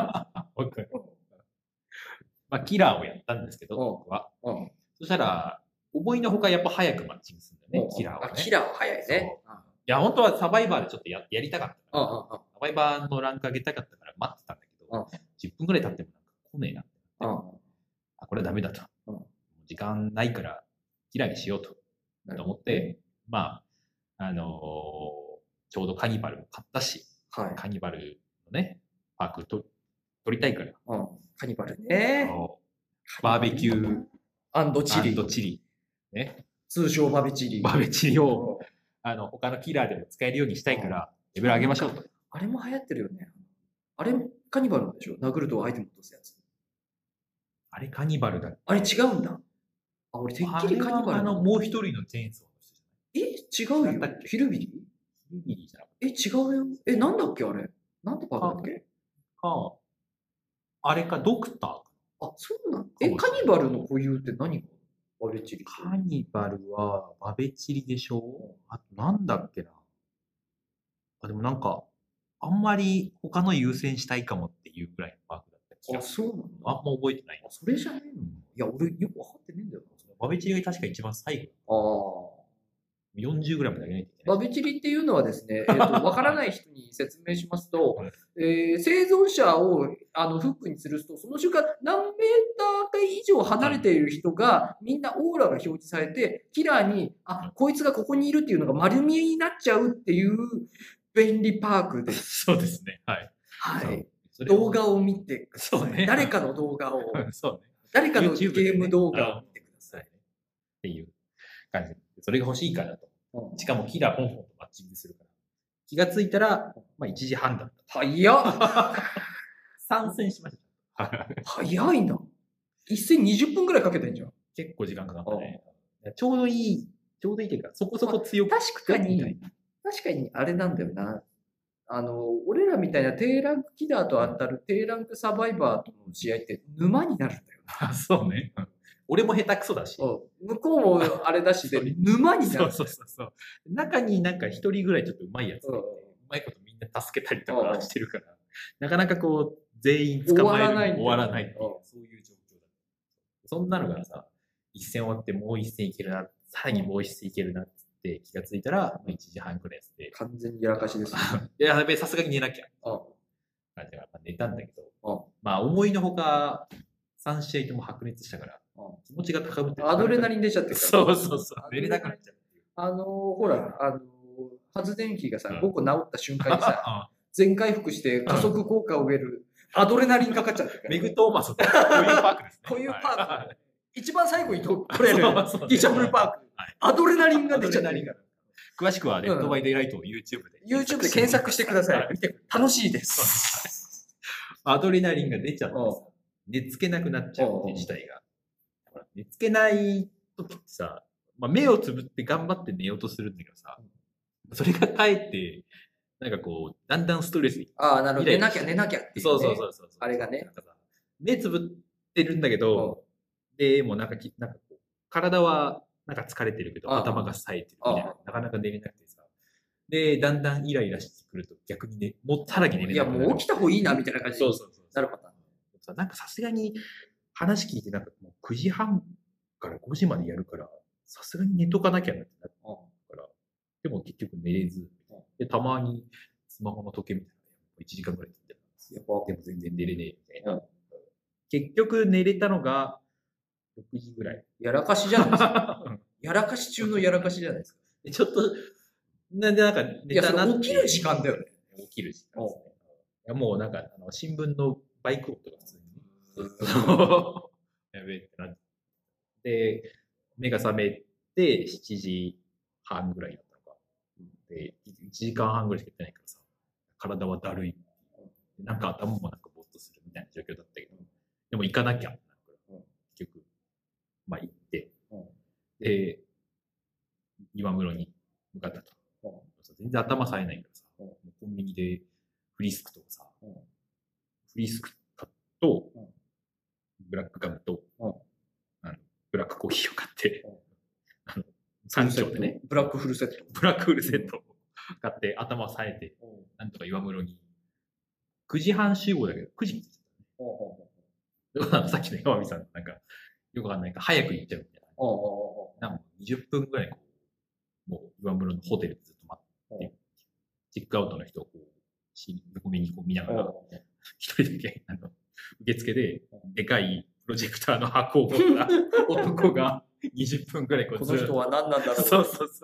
まあ、キラーをやったんですけど、僕は。そしたら、思いのほかやっぱ早くマッチングするんだよね、キラーはね。 キラーは早いね。 いや、本当はサバイバーでちょっとやりたかった。サバイバーのランク上げたかったから待ってたんだけど、10分くらい経ってもなんか来ねえなって。これはダメだと。時間ないから、キラーにしようと思って、まあ、ちょうどカニバルも買ったし、カニバルのね、パーク取りたいから。 カニバルね。 バーベキューチリ。 ね。 通称バベチリ。 バベチリを、他のキラーでも使えるようにしたいから、レベル上げましょうと。 あれも流行ってるよね。あれ、カニバルなんでしょ？殴ると相手も落とすやつ。 あれカニバルだ。 あれ違うんだ。あ、俺てっきりカニバル。 もう一人のチェーンソーの人じゃない？違うよ。ヒルビリーじゃなくて。違うよ。なんだっけあれ。なんてパークだっけ？ あれか、ドクターか。 あ、そうなの？カニバルの固有って何がバベチリ？ カニバルはバベチリでしょ？あとなんだっけな。でもなんか、あんまり他の優先したいかもっていうくらいのパークだった気がする。 そうなんだ。 あんま覚えてない。 それじゃねえの？いや、俺よく分かってねえんだよな。 バベチリが確か一番最後。40ぐらいまで上げないといけない。 バベチリっていうのはですね、わからない人に説明しますと、生存者をフックに吊るすと、その瞬間何メーターか以上離れている人が、みんなオーラが表示されて、キラーに、こいつがここにいるっていうのが丸見えになっちゃうっていう便利パークです。 そうですね。はい。 動画を見てください。 そうね。 誰かの動画を。 そうね。 誰かのゲーム動画を見てください。 っていう感じ。それが欲しいからと。しかもキラーポンポンとマッチングするから。気がついたら、1時半だった。 早っ参戦しました。 早いな。一戦20分くらいかけてんじゃん。 結構時間かかったね。ちょうどいいというか、そこそこ強く。 確かにあれなんだよな。俺らみたいな低ランクキラーと当たる低ランクサバイバーとの試合って沼になるんだよな。 そうね。 俺も下手くそだし。 向こうもあれだしで、沼になる。 そう。中になんか一人ぐらいちょっとうまいやつがいて、うまいことみんな助けたりとかしてるから、なかなかこう、全員捕まえるの終わらないっていう、そういう状況だ。そんなのがさ、一戦終わってもう一戦いけるな、さらにもう一戦いけるなって気がついたら、1時半くらいやって。 完全にやらかしですね。 いや、さすがに寝なきゃ。寝たんだけど、まあ思いのほか、3試合とも白熱したから、気持ちが高ぶって。 アドレナリン出ちゃってるから。 そう。寝れなくなっちゃう。 ほら、発電機がさ、5個治った瞬間にさ、全回復して加速効果を得る、アドレナリンかかっちゃってるから。 メグトーマスの固有パークですね。 固有パーク。一番最後に取れる、ギチャブルパーク。アドレナリンが出ちゃってるから。 詳しくは、レッドバイデイライトを YouTube で検索してください。見て、楽しいです。 アドレナリンが出ちゃってさ、寝つけなくなっちゃうっていう事態が。寝つけない時ってさ、まあ、目をつぶって頑張って寝ようとするんだけどさ、それがかえって、なんかこう、だんだんストレスに。 なるほど。寝なきゃっていう、ね。 そう。 あれがね。 目つぶってるんだけど、で、もうなんかこう、体はなんか疲れてるけど、頭が冴えてるみたいな。なかなか寝れなくてさ。で、だんだんイライラしてくると逆にね、もうさらに寝れなくなる。 いや、もう起きた方がいいなみたいな感じになるパターン。 なんかさすがに話聞いて、なんかもう9時半から5時までやるから、さすがに寝とかなきゃなってなったから、でも結局寝れず、で、たまにスマホの時計みたいな1時間ぐらい経ってたんですよ。でも全然寝れねえみたいな。結局寝れたのが6時ぐらい。 やらかしじゃないですか。やらかし中のやらかしじゃないですか。 ちょっと、なんでなんか寝たなって。 起きる時間だよね。 起きる時間ですね。いやもうなんか、新聞のバイク音が普通に。やべえってなって。で、目が覚めて7時半ぐらいだったのか。で、1時間半ぐらいしかやってないからさ、体はだるい。なんか頭もなんかぼーっとするみたいな状況だったけど、でも行かなきゃ。結局、まあ行って、で、岩室に向かったと。全然頭冴えないからさ、コンビニでフリスクとかさ、フリスクと、ブラックガムと、ブラックコーヒーを買って、3丁でね、 ブラックフルセット。 ブラックフルセットを買って頭冴えて、なんとか岩室に、9時半集合だけど、9時に着いたね。さっきの岩見さん、なんか、よくわかんないから、早く行っちゃうみたいな。なんか20分ぐらいこう、もう岩室のホテルでずっと待って、チェックアウトの人をこう、横目にこう見ながら、一人だけ、受付で、でかいプロジェクターの箱を持った男が20分ぐらいこの人は何なんだろう。 そう。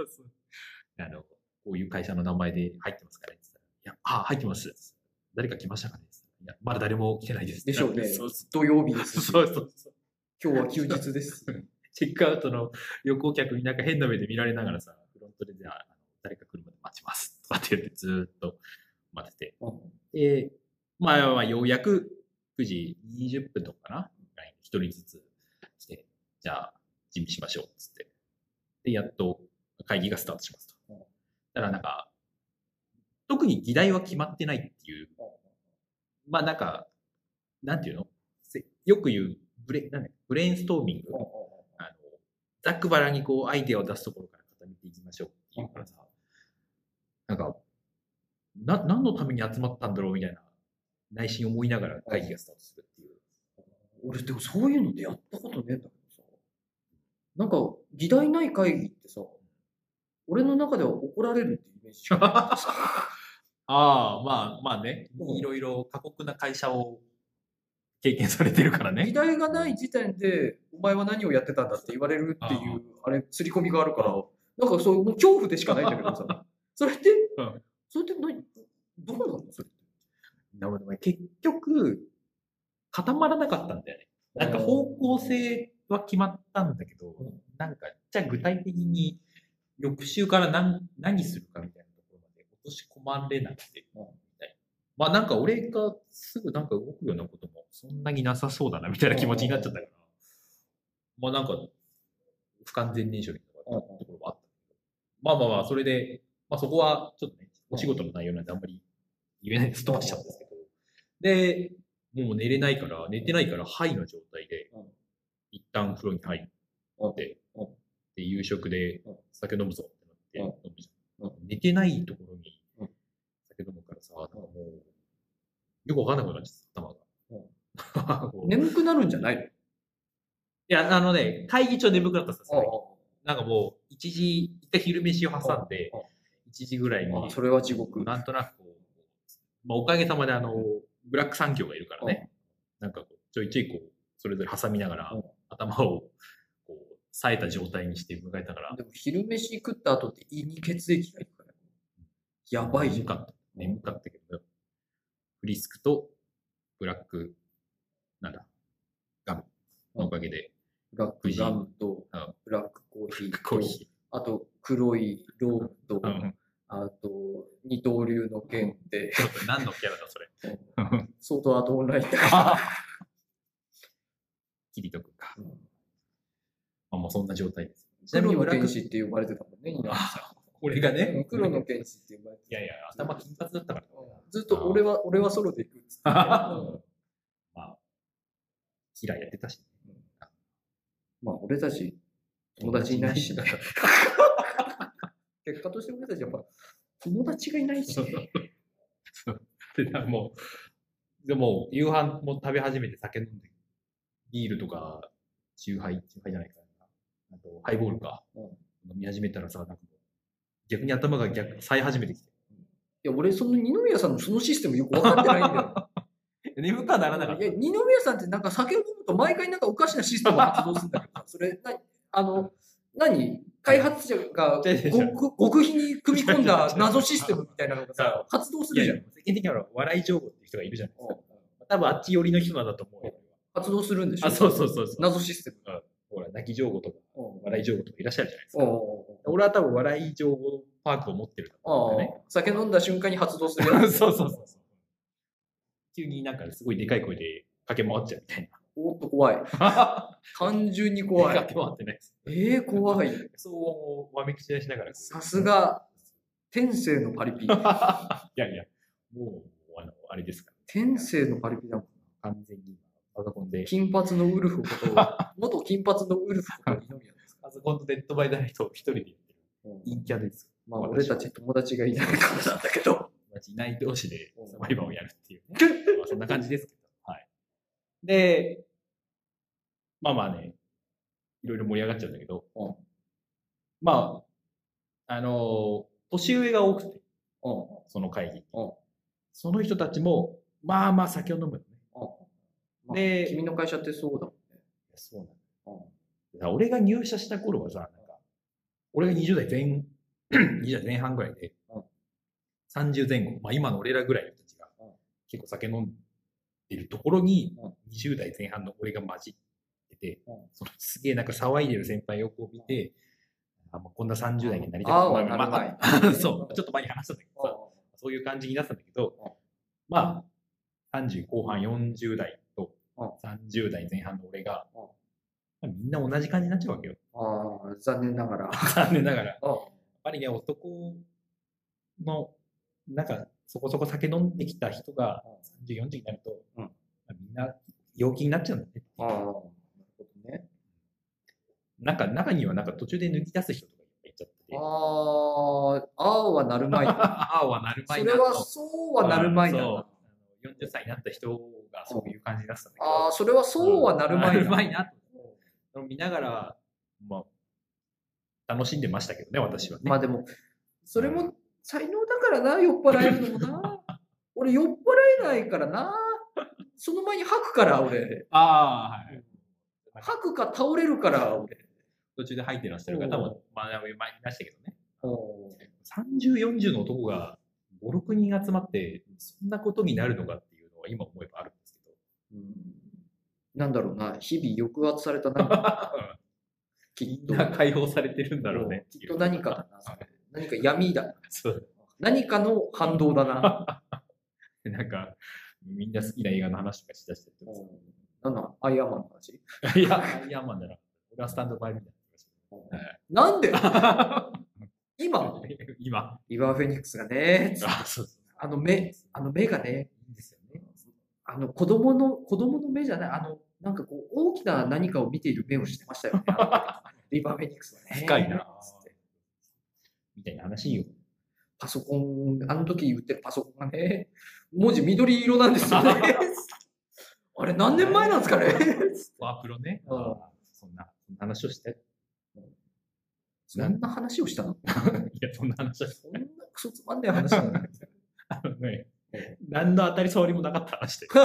こういう会社の名前で入ってますから、ね、いや、入ってます。誰か来ましたかね。いや、まだ誰も来てないです。 でしょうね。土曜日ですし。 そう。 今日は休日です。 チェックアウトの旅行客になんか変な目で見られながらさ、フロントでじゃあ、誰か来るまで待ちます。とかって言ってずーっと待ってて。で、まあ、ようやく9時20分とかかな一人ずつ来て、じゃあ、準備しましょう。つって。で、やっと会議がスタートしますと。だからなんか、特に議題は決まってないっていう。まあなんか、なんていうのよく言うブレインストーミング。ざっくばらにこうアイデアを出すところから固めていきましょうっていうからさ、なんか、何のために集まったんだろうみたいな内心思いながら会議がスタートするっていう。 俺でもそういうのでやったことねえんだけどさ、なんか議題ない会議ってさ、俺の中では怒られるっていうイメージしかなかったさ。 まあね、いろいろ過酷な会社を経験されてるからね。 議題がない時点で、お前は何をやってたんだって言われるっていう、あれ、刷り込みがあるから、なんかそう、もう恐怖でしかないんだけどさ、それって何、どうなのそれって。 結局、固まらなかったんだよね。なんか方向性は決まったんだけど、なんか、じゃあ具体的に翌週から何するかみたいなところまで落とし込まれなくて、みたいな。まあなんか俺がすぐなんか動くようなこともそんなになさそうだなみたいな気持ちになっちゃったから、まあなんか不完全燃焼みたいなところもあったけど、まあそれで、まあそこはちょっとね、お仕事の内容なんであんまり言えないです飛ばしちゃうんですけど、で、もう寝てないから、ハイの状態で、 一旦風呂に入って、で、夕食で酒飲むぞってなって飲むじゃん。寝てないところに酒飲むからさ、なんかもう、よくわかんなくなっちゃった、頭が。 眠くなるんじゃないの？ いや、会議中眠くなったさ、なんかもう、一回昼飯を挟んで、1時ぐらいに、 それは地獄。 なんとなくこう、まあ、おかげさまでブラック産業がいるからね、なんかこう、ちょいちょいこう、それぞれ挟みながら、頭をこう、冴えた状態にして迎えたから。 でも昼飯食った後って胃に血液がいくから。やばいじゃん。 眠かったけど、フリスクとブラック、なんだ、ガムのおかげで。 ブラックガムと、ブラックコーヒーと、あと黒いロープと、あと二刀流の剣で。 何のキャラだ、それ。 ソードアートオンラインだ。 キリト君か。もうそんな状態です。 ちなみに黒の剣士って呼ばれてたもんね、稲見さん。 俺がね。 黒の剣士って呼ばれてた。 いやいや、頭金髪だったから。 ずっと俺はソロで行くっつって。 まあ、キラーやってたし。 まあ、俺たち友達いないし。結果として俺たちやっぱ友達がいないしね。 でも、夕飯も食べ始めて酒飲んで、ビールとか、チューハイじゃないかな。あと、ハイボールか。飲み始めたらさ、なんか逆に頭が冴え始めてきて。 いや、俺、その二宮さんのそのシステムよく分かってないんだよ。 眠くはならなかった。 いや、二宮さんってなんか酒を飲むと毎回なんかおかしなシステムが発動するんだけどさ、それ、何開発者が極秘に組み込んだ謎システムみたいなのがさ、発動するじゃん。 世間的には笑い情報っていう人がいるじゃないですか。多分あっち寄りの人なんだと思うよ。 発動するんでしょ。 そう。 謎システム。 ほら、泣き情報とか、笑い情報とかいらっしゃるじゃないですか。俺は多分笑い情報パークを持ってるんだと思うんだよね。 酒飲んだ瞬間に発動するやつ。 そう。急になんかすごいでかい声で駆け回っちゃうみたいな。 おっと怖い。単純に怖い。 駆け回ってないです。 怖い。 そうをわめき散らしながら。 さすが、天性のパリピ。 いや、もう、あれですから。 天性のパリピだもん。 完全にパソコンで。 金髪のウルフこと、元金髪のウルフこと二宮です。 パソコンとデッドバイダイトを一人でやってる。陰キャです。 まあ、俺たち友達がいないからなんだけど。 友達いない同士でサバイバーをやるっていうね。そんな感じですけど。はい。で、まあね、いろいろ盛り上がっちゃうんだけど、まあ、年上が多くて、その会議。その人たちも、まあ酒を飲むよね。 で、君の会社ってそうだもんね。 そうなんだ。俺が入社した頃はさ、なんか、俺が20代前半ぐらいで、30前後、まあ今の俺らぐらいの人たちが、結構酒飲んでるところに、20代前半の俺が混じってて、そのすげえなんか騒いでる先輩をこう見て、こんな30代になりたくない。そう、ちょっと前に話したんだけどさ、そういう感じになったんだけど、まあ、30後半40代と30代前半の俺が、みんな同じ感じになっちゃうわけよ。 残念ながら。 やっぱりね、男の、なんか、そこそこ酒飲んできた人が30、40になると、みんな陽気になっちゃうんだね。 なるほどね。 なんか、中にはなんか途中で抜き出す人とかいっちゃってて。 はなるまい。 はなるまい。 それはそうはなるまいな。 40歳になった人がそういう感じになってたんだけど。 それはそうはなるまいな。見ながら、まあ、楽しんでましたけどね、私はね。 まあでも、それも才能だからな、酔っ払えるのもな。俺酔っ払えないからな。その前に吐くから、俺。 はい。 吐くか倒れるから、俺。 途中で吐いてらっしゃる方も、まあ、いましたけどね。30、40の男が5、6人集まって、そんなことになるのかっていうのは今思えばあるんですけど。 なんだろうな、日々抑圧された何か。 きっと解放されてるんだろうね。 きっと何かだな。何か闇だ。何かの反動だな。 なんか、みんな好きな映画の話とかしだしてる。 なんだ、アイアンマンの話？ いや、アイアンマンだな。俺はスタンドバイみたいな。なんで今リバー・フェニックスがね、目がね、 いいんですよね。 子供の目じゃない、 なんかこう、大きな何かを見ている目をしてましたよね。リバーフェニックスはね。 深いな。みたいな話よ。 パソコン、あの時言ってるパソコンがね、文字緑色なんですよね。あれ何年前なんですかね。 ワープロね。そんな話をして。 そんな話をしたの？ いや、そんな話はそんなクソつまんない話なの。 何の当たり障りもなかった話で。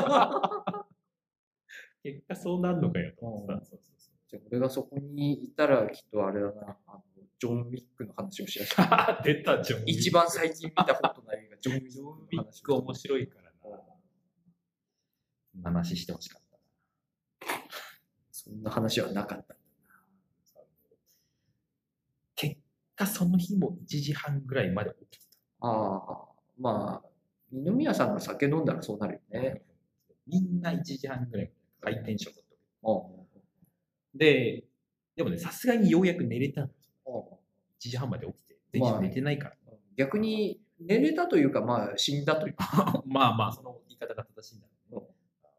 結果そうなんのかよと。 じゃあ俺がそこにいたらきっとあれだな、ジョン・ウィックの話をしやした。 出た、ジョン・ウィック。 一番最近見たホットな映画、ジョン・ウィックの話。ウィック面白いからな。話してほしかったな。 そんな話はなかった。 結果その日も1時半ぐらいまで起きてた。 まあ、二宮さんが酒飲んだらそうなるよね。 みんな1時半ぐらいハイテンションだった。でもね、さすがにようやく寝れたんですよ。1時半まで起きて、前日寝てないから。 逆に寝れたというか、まあ死んだというか。 まあ、その言い方が正しいんだけど。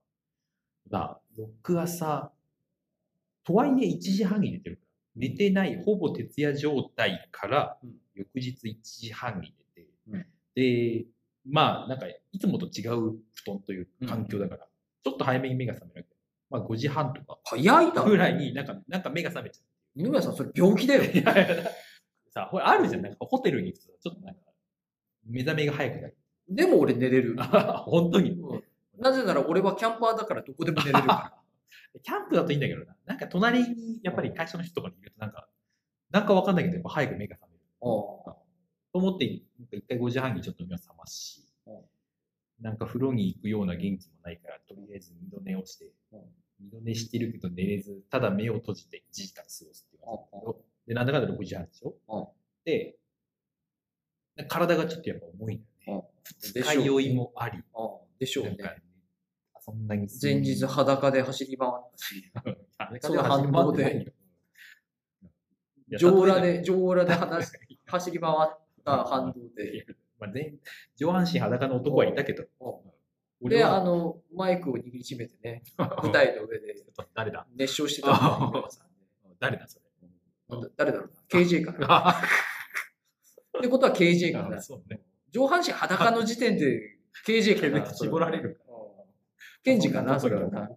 翌朝、とはいえ1時半に寝てるから。寝てない、ほぼ徹夜状態から、翌日1時半に寝て、で、まあ、なんか、いつもと違う布団という環境だから、ちょっと早めに目が覚めるわけ。まあ、5時半とか。 早いだろ。 ぐらいになんか目が覚めちゃう。 二宮さん、それ病気だよ。 さあ、これあるじゃん。なんか、ホテルに行くと、ちょっとなんか、目覚めが早くなる。 でも俺寝れる。 本当に。 なぜなら俺はキャンパーだからどこでも寝れるから。 キャンプだといいんだけどな。なんか隣にやっぱり会社の人とかにいるとなんかわかんないけど、やっぱ早く目が覚める。と思って、一回5時半にちょっと目を覚ますし、なんか風呂に行くような元気もないから、とりあえず二度寝をして、二度寝してるけど寝れず、ただ目を閉じて1時間過ごすっていう感じで、なんだかんだ6時半でしょ。で、体がちょっとやっぱ重いんだよね。二日酔いもあり。 でしょうね。 そんなに前日裸で走り回ったし、その反動で、上裸で走り回った反動で、 上半身裸の男はいたけど、 で、マイクを握りしめてね、舞台の上で誰だ熱唱してた誰だそれ。 誰だろうな。KJ かな。ってことは KJ かな。上半身裸の時点で KJ かな。 絞られるか。 ケンジかな、それはな。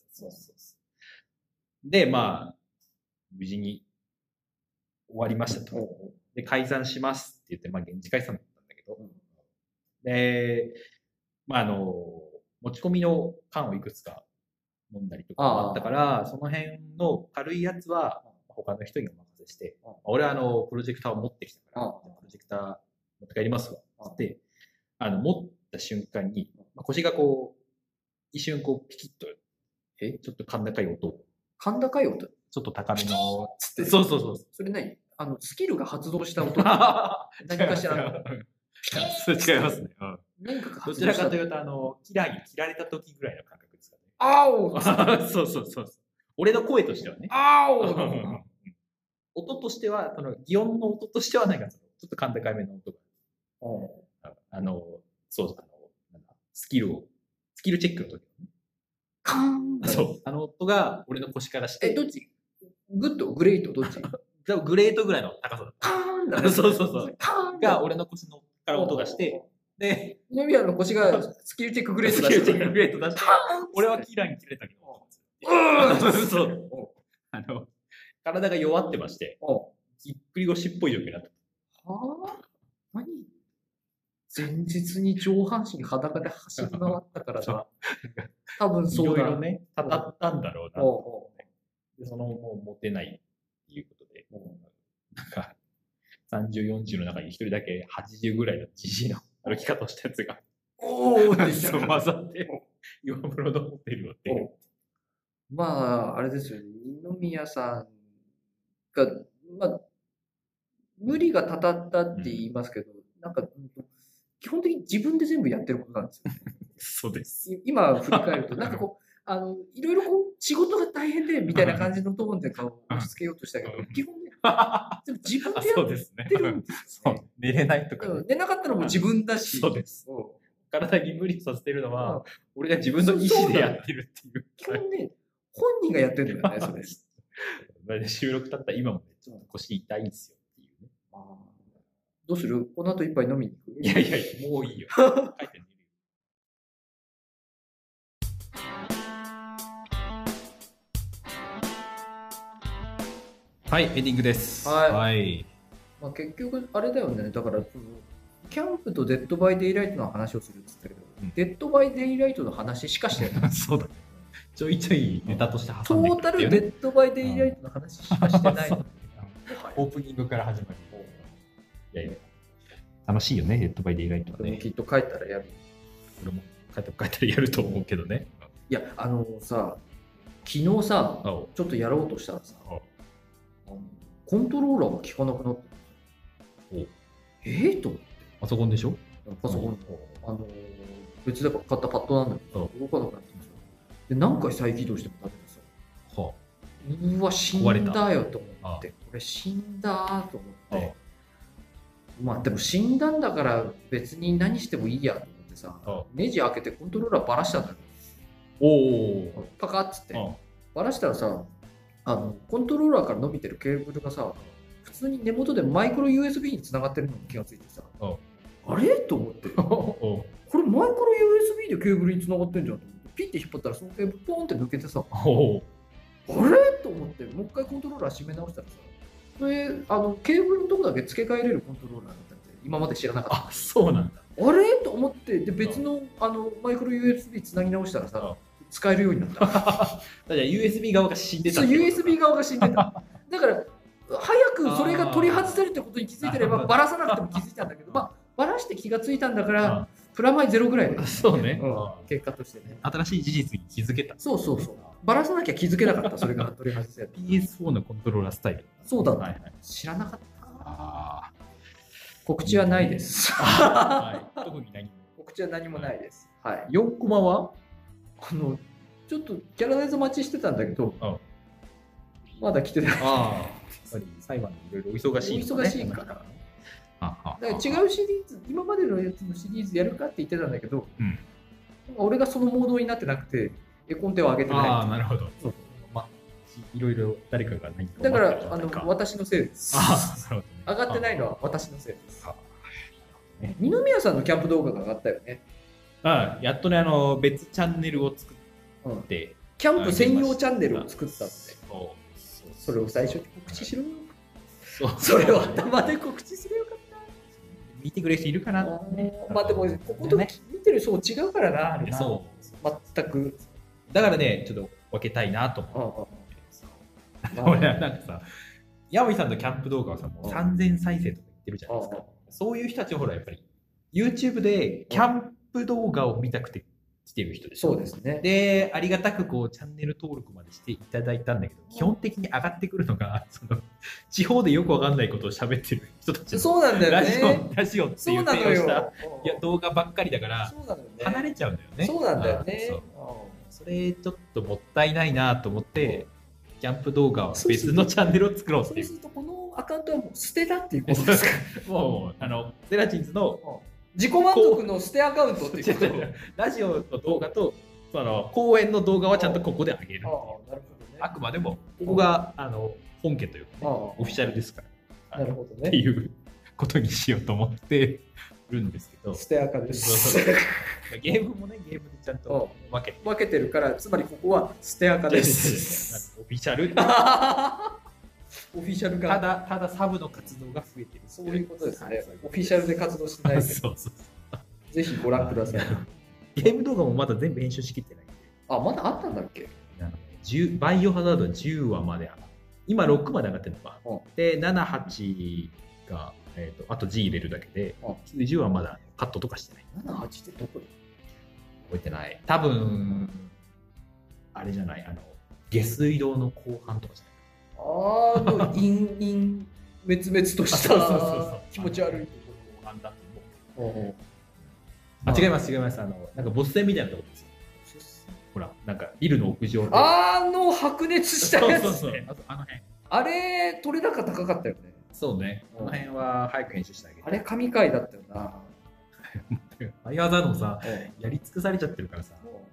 で、まあ、無事に終わりましたと。で、解散しますって言って、まあ、現地解散だったんだけど、で、まあ、持ち込みの缶をいくつか飲んだりとかあったから、その辺の軽いやつは他の人にお任せして、俺はプロジェクターを持ってきたから、プロジェクター持って帰りますわ。って持った瞬間に、腰がこう、一瞬こうピキッと、ちょっと甲高い音。 甲高い音？ ちょっと高めの。 そう。それ何？スキルが発動した音。何かしら。 違いますね。どちらかというと、キラーに切られた時ぐらいの感覚ですかね。 あおそう。俺の声としてはね。 あお音としては、擬音の音としては、なんかちょっと甲高めの音が。スキルチェックの時のね。 カーン。 そう。音が俺の腰からして。 どっち？グッド？グレート？どっち？ グレートぐらいの高さだった。 カーンだね。 そう。カーンが俺の腰のから音がして、で、 二宮の腰がスキルチェックグレート出して、俺はキラーに切れたけど、そう。体が弱ってまして、ぎっくり腰っぽい状況になった。 はぁ？何？前日に上半身裸で走り回ったからだ。多分そうだ。 いろいろね、たたったんだろうな。で、もうモテないっていうことで、なんか、30、40の中に一人だけ80ぐらいのじじいの歩き方をしたやつが、って混ざって、岩風呂のホテルをって。 まあ、あれですよね。二宮さんが、まあ、無理がたたったって言いますけど、なんか、基本的に自分で全部やってることなんですよね。 そうです。 今振り返ると、なんかこう、いろいろこう、仕事が大変で、みたいな感じのトーンで顔を押し付けようとしたけど、基本ね、でも自分でやってるんですよね。 寝れないとか。 寝なかったのも自分だし。 そうです。体に無理させてるのは、俺が自分の意思でやってるっていう。 基本ね、 本人がやってるんだよね、それ。 まあね収録だったら今もね、ちょっと腰痛いんですよっていうね。 どうする？この後一杯飲みに行く？ いやいや、もういいよ。書いてみるよ。はい、エンディングです。 はいまあ、結局、あれだよね。だから、キャンプとデッドバイデイライトの話をするって言ったけど、デッドバイデイライトの話しかしてない。 そうだね。ちょいちょいネタとしてト挟んでータルデッドバイデイライトの話しかしてない。 オープニングから始まる。いやいや、楽しいよね、デッドバイデイライトはね。 きっと帰ったらやる。 俺も帰ったらやると思うけどね。 いや、さ、昨日さ、ちょっとやろうとしたらさ、コントローラーが効かなくなって。と思って。 パソコンでしょ？ パソコンの、別で買ったパッドなんだけど、動かなくなってるんですよ。で、何回再起動してもダメでさ、うわ、死んだよと思って、これ死んだと思って、まあでも死んだんだから別に何してもいいやと思ってさ、ネジ開けてコントローラーばらしたんだよ。パカッつって。ばらしたらさ、コントローラーから伸びてるケーブルがさ、普通に根元でマイクロ USB につながってるのに気がついてさ、あれと思って、これマイクロ USB でケーブルにつながってんじゃんと思って、ピッて引っ張ったらそのケーブルポーンって抜けてさ、あれと思って、もう一回コントローラー締め直したらさ、それケーブルのとこだけ付け替えれるコントローラーだったんで、今まで知らなかった。 あ、そうなんだ。 あれと思って、で別のマイクロ USB つなぎ直したらさ、使えるようになった。だから USB 側が死んでた。 そう、USB 側が死んでた。だから、早くそれが取り外せるってことに気づいてれば、ばらさなくても気づいたんだけど、まあ、ばらして気がついたんだから、プラマイゼロぐらいで。 そうね。 結果としてね。 新しい事実に気づけた。 そうそうそう。ばらさなきゃ気づけなかった、それが取り外せる。 PS4 のコントローラースタイル。 そうだね。知らなかった。告知はないです。 特に何も。 告知は何もないです。はい。 4コマはちょっとキャラデザ待ちしてたんだけど、まだ来てない。 裁判でいろいろお忙しい。 忙しいから。だから違うシリーズ、今までのやつのシリーズやるかって言ってたんだけど、俺がそのモードになってなくて、絵コンテを上げてない。 ああ、なるほど。まあ、いろいろ誰かが何か。 だから、私のせいです。上がってないのは私のせいです。二宮さんのキャンプ動画が上がったよね。 やっとね、別チャンネルを作って、 キャンプ専用チャンネルを作ったんで、それを最初に告知しろよ。それを頭で告知すればよかった。 見てくれる人いるかな。 まあでも、ここと見てる層違うからな。そう。全く。 だからね、ちょっと分けたいなと思って。俺なんかさ、ヤミさんのキャンプ動画はさ、もう3000再生とか言ってるじゃないですか。そういう人たちはほら、やっぱり YouTube でキャンプ動画を見たくて来てる人でしょ。 そうですね。 で、ありがたくこうチャンネル登録までしていただいたんだけど、基本的に上がってくるのが、地方でよくわかんないことを喋ってる人たちのそうなんだよね。 ラジオっていう提案した動画ばっかりだから、離れちゃうんだよね。 そうなんだよね。 それちょっともったいないなと思って、キャンプ動画は別のチャンネルを作ろうっていう。 そうすると、このアカウントはもう捨てたっていうことですか？ もう、ゼラチンズの自己満足の捨てアカウントっていうこと。 ラジオの動画と、公演の動画はちゃんとここで上げる。あくまでも、ここが本家というか、オフィシャルですから。 なるほどね。 っていうことにしようと思ってるんですけど。 捨てアカです。 ゲームもね、ゲームでちゃんと分けてるから、つまりここは捨てアカです。 オフィシャルオフィシャルがただサブの活動が増えてる。 そういうことですね。オフィシャルで活動してないけど。ぜひご覧ください。 ゲーム動画もまだ全部編集しきってない。 あ、まだあったんだっけ？ バイオハザード10話まで今6まで上がってるのか。で、7、8が、あと G 入れるだけで、10はまだカットとかしてない。 7、8ってどこで？ 覚えてない。多分、あれじゃない、下水道の後半とかじゃない。 陰滅々とした気持ち悪いところなんだと思う。違います、違います。なんかボス戦みたいなところですよ。ほら、なんかビルの屋上で。 白熱したやつ。 そう。 あれ、取れ高高かったよね。 そうね。この辺は早く編集してあげる。 あれ、神回だったよな。 バイオハザードもさ、やり尽くされちゃってるからさ。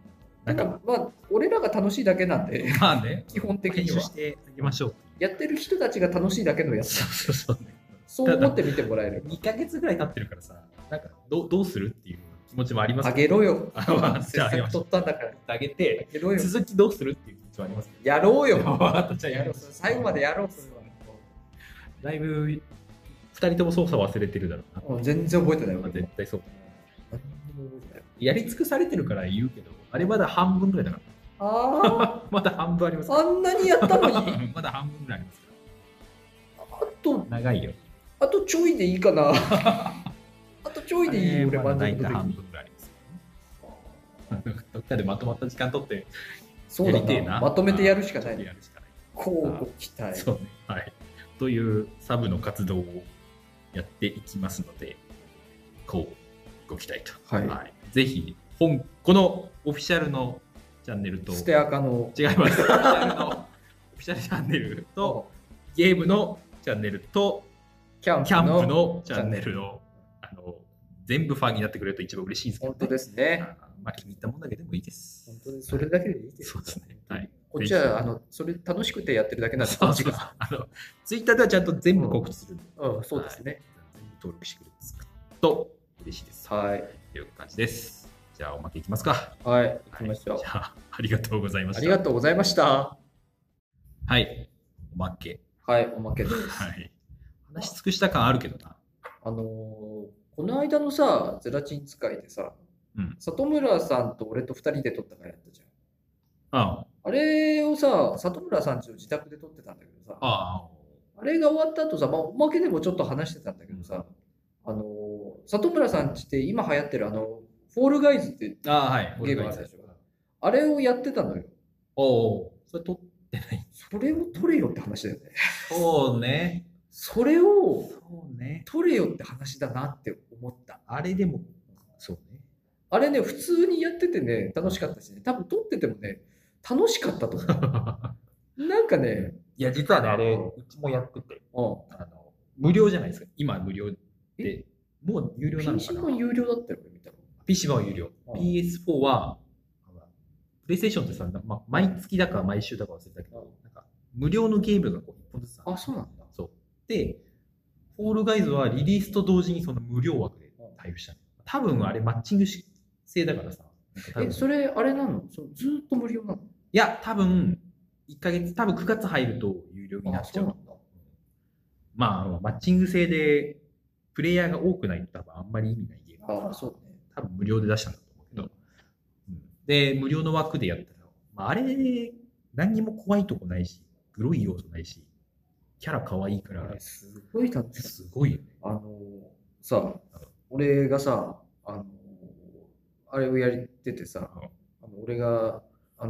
なんかまあ俺らが楽しいだけなんで、 まあね、 基本的には編集してあげましょう。 やってる人たちが楽しいだけのやつなんで、 そうそうそうね。 そう思って見てもらえる。 2ヶ月ぐらい経ってるからさ、なんかどうするっていう気持ちもありますあげろよ。 あまあじゃあせっかく取ったんだから。 あげて、 あげろよ。 続きどうするっていう気持ちもありますやろうよ。 わかった、じゃあやろう。 最後までやろう、それは。 だいぶ2人とも操作忘れてるだろうな。 うん、全然覚えてないわ。 絶対そう。 何にも覚えてない。 やり尽くされてるから言うけど、あれまだ半分ぐらいだから。 あまだ半分ありますあ、あんなにやったのに。 まだ半分ぐらいありますかあと、 ら。長いよ。 あとちょいでいいかな。あとちょいでいい、俺、 まだない満足度的に。 半分ぐらいありますよ。どっかでまとまった時間取ってそうだやりてえな。 な。まとめてやるしかない。 やるしかない。 こうご期待。 そうね。はい。というサブの活動をやっていきますので、こうご期待と。 はいぜひ、このオフィシャルのチャンネルと、 ステアカの。 違います。オフィシャルチャンネルと、ゲームのチャンネルと、 キャンキャンププののチャンネルの、全部ファンになってくれると一番嬉しいですけど、 本当ですね。 まあ、気に入ったものだけでもいいです。 本当にそれだけでいいです。 そうですね。はい。 こっちはそれ楽しくてやってるだけなんで、 そうそうそうツイッターではちゃんと全部告知するんで、 うん、そうですね。 全部登録してくれると嬉しいです。 はい。 という感じです。じゃあ、おまけいきますか。 はい、行きましょう。 じゃあ、ありがとうございました。 ありがとうございました。 はい。おまけ。 はい、おまけです。 はい。話し尽くした感あるけどな。 この間のさ、ゼラチン使いでさ、 うん。 里村さんと俺と2人で撮ったからやったじゃん。 ああれをさ、里村さんちの自宅で撮ってたんだけどさ、 あ。 あれが終わった後さ、まあ、おまけでもちょっと話してたんだけどさ、里村さんちって今流行ってるフォールガイズってああ、はい。 ゲームあるでしょ。あれをやってたのよ。 おお。それ撮ってない。 それを撮れよって話だよね。 そうね。 それをそうね。 撮れよって話だなって思った。 あれでも、そうね。 あれね、普通にやっててね、楽しかったしね、多分撮っててもね、楽しかったと思う。なんかね、 いや、実はね、あれ、うちもやってて、 うん。 無料じゃないですか。今、無料で、もう有料なのか PC な。 版有料だったよ、俺見たの。 PC 版は有料。 うん PS4 は、プレイステーションってさ、毎月だか毎週だか忘れたけど、なんか無料のゲームがこう1本ずつあ、そうなんだ。 そう。で、フォールガイズはリリースと同時にその無料枠で対応したの。多分あれマッチング制だからさ。 それ、あれなのずーっと無料なの？ いや、多分、1ヶ月、多分9月入ると有料になっちゃう。 そうなんだ。 まあ、マッチング制で、プレイヤーが多くないと多分あんまり意味ないゲームだから。 ああ、そうね。 多分無料で出したんだと思うけど。で、無料の枠でやったら、まあ、あれ、何にも怖いとこないし、グロい要素ないし、キャラ可愛いから、 すごい楽しかった。 すごいよね。 さ、俺がさ、あれをやっててさ、俺が、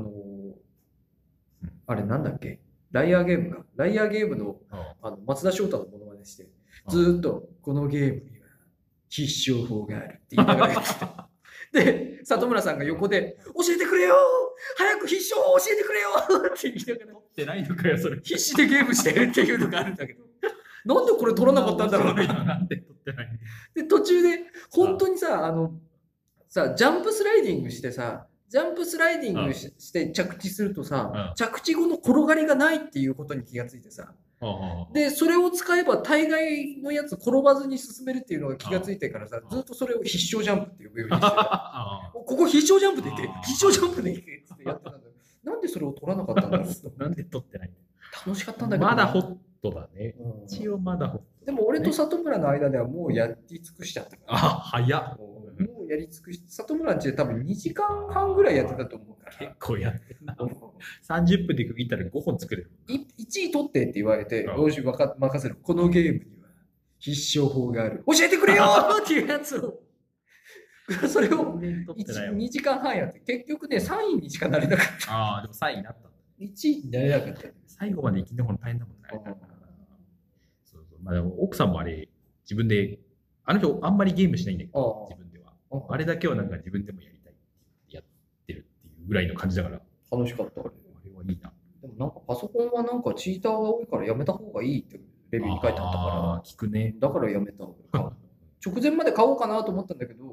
あれなんだっけ、ライアーゲームか。ライアーゲームの松田翔太のモノマネして、ずーっと、このゲームには必勝法があるって言いながらやってた。で、里村さんが横で、教えてくれよ早く必勝法教えてくれよって言いながら、 撮ってないのかよ、それ。 必死でゲームしてるっていうのがあるんだけど、なんでこれ撮らなかったんだろうね。 なんで撮ってないので、途中で、本当にさ、ジャンプスライディングしてさ、ジャンプスライディングして着地するとさ、着地後の転がりがないっていうことに気がついてさ、で、それを使えば大概のやつ転ばずに進めるっていうのが気がついてからさ、ずっとそれを必勝ジャンプって呼ぶようにしてた。ここ必勝ジャンプでいけ必勝ジャンプでいけってやってたんだよ。なんでそれを取らなかったんだろうなんで撮ってない楽しかったんだけど。 まだホットだね。一応まだホット。 でも俺と里村の間ではもうやり尽くしちゃったから。 あ、早っ。 もうやり尽くし、里村んちで多分2時間半ぐらいやってたと思うから。 結構やってんな。30分で区切ったら5本作れる。 1位取ってって言われて、よし、任せる。このゲームには必勝法がある。教えてくれよっていうやつを。それを2時間半やって、結局ね、3位にしかなれなかった。 ああ、でも3位になったんだ。 1位になれなかった。 最後まで生き残るの大変だもんね。そうそう。まあでも奥さんもあれ、自分で、あの人あんまりゲームしないんだけど、自分では。あれだけはなんか自分でもやりたいってやってるっていうぐらいの感じだから。 楽しかった、あれ。 あれはいいな。 でもなんかパソコンはなんかチーターが多いからやめた方がいいってレビューに書いてあったから。 聞くね。 だからやめた。直前まで買おうかなと思ったんだけど、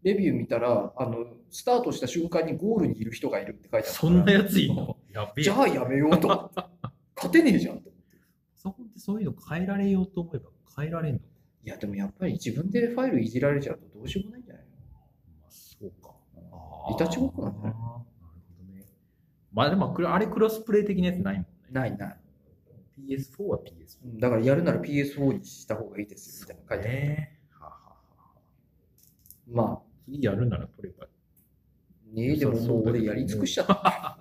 レビュー見たら、スタートした瞬間にゴールにいる人がいるって書いてあるから。 そんなやついるの？やべえ。 じゃあやめようと思って。勝てねえじゃんと思って。 そこってそういうの変えられようと思えば変えられんの？ いや、でもやっぱり自分でファイルいじられちゃうとどうしようもないんじゃないの？ まあ、そうか。 いたちごっこなんじゃない？ なるほどね。まあでも、あれクロスプレイ的なやつないもんね。 ないない。 PS4 は PS4。 だからやるなら PS4 にした方がいいですよ、みたいな書いてある。まあ。 次やるなら取れば。 ねえ、でももう俺やり尽くしちゃった。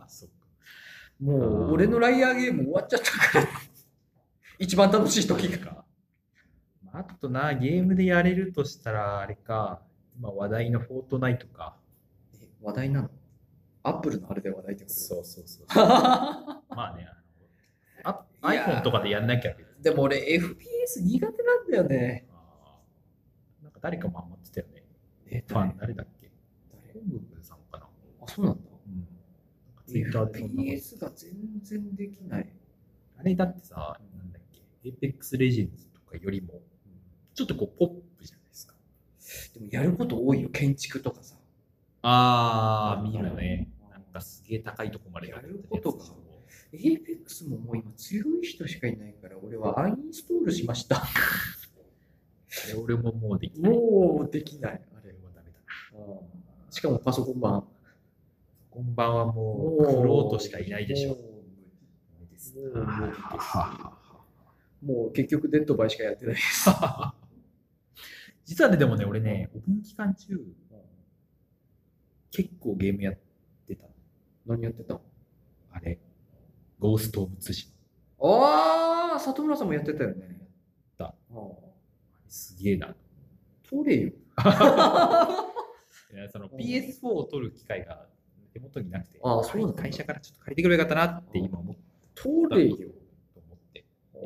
もう俺のライアーゲーム終わっちゃったから。一番楽しい時が。 あとな、ゲームでやれるとしたら、あれか、今話題のフォートナイトか。 話題なの？アップルのあれで話題ってこと？ そう。まあね、iPhone とかでやんなきゃ。 でも俺 FPS 苦手なんだよね。 なんか誰かもハマってたよね。ファン誰だっけ？ホームさんかな。 あ、そうなんだ。FPS が全然できない。 あれだってさ、なんだっけ、Apex Legends とかよりも、ちょっとこうポップじゃないですか。 でもやること多いよ、建築とかさ。 見るね。なんかすげえ高いとこまでやることが。Apex ももう今強い人しかいないから、俺はアインストールしました。 俺ももうできない。 もうできない。あれはダメだな。しかもパソコン版。 こんばんはもう、クロートしかいないでしょ。 もう結局デッドバイしかやってないです。 実はね、でもね、俺ね、お盆期間中、結構ゲームやってた。 何やってた？ あれ、ゴースト・オブ・ツシマ。里村さんもやってたよね。 やった。すげえな。 取れよ。 その PS4 を取る機会が手元になくて、 そうなんだ。 会社からちょっと借りてくればよかったなって今思って。 取れよ。 と思って。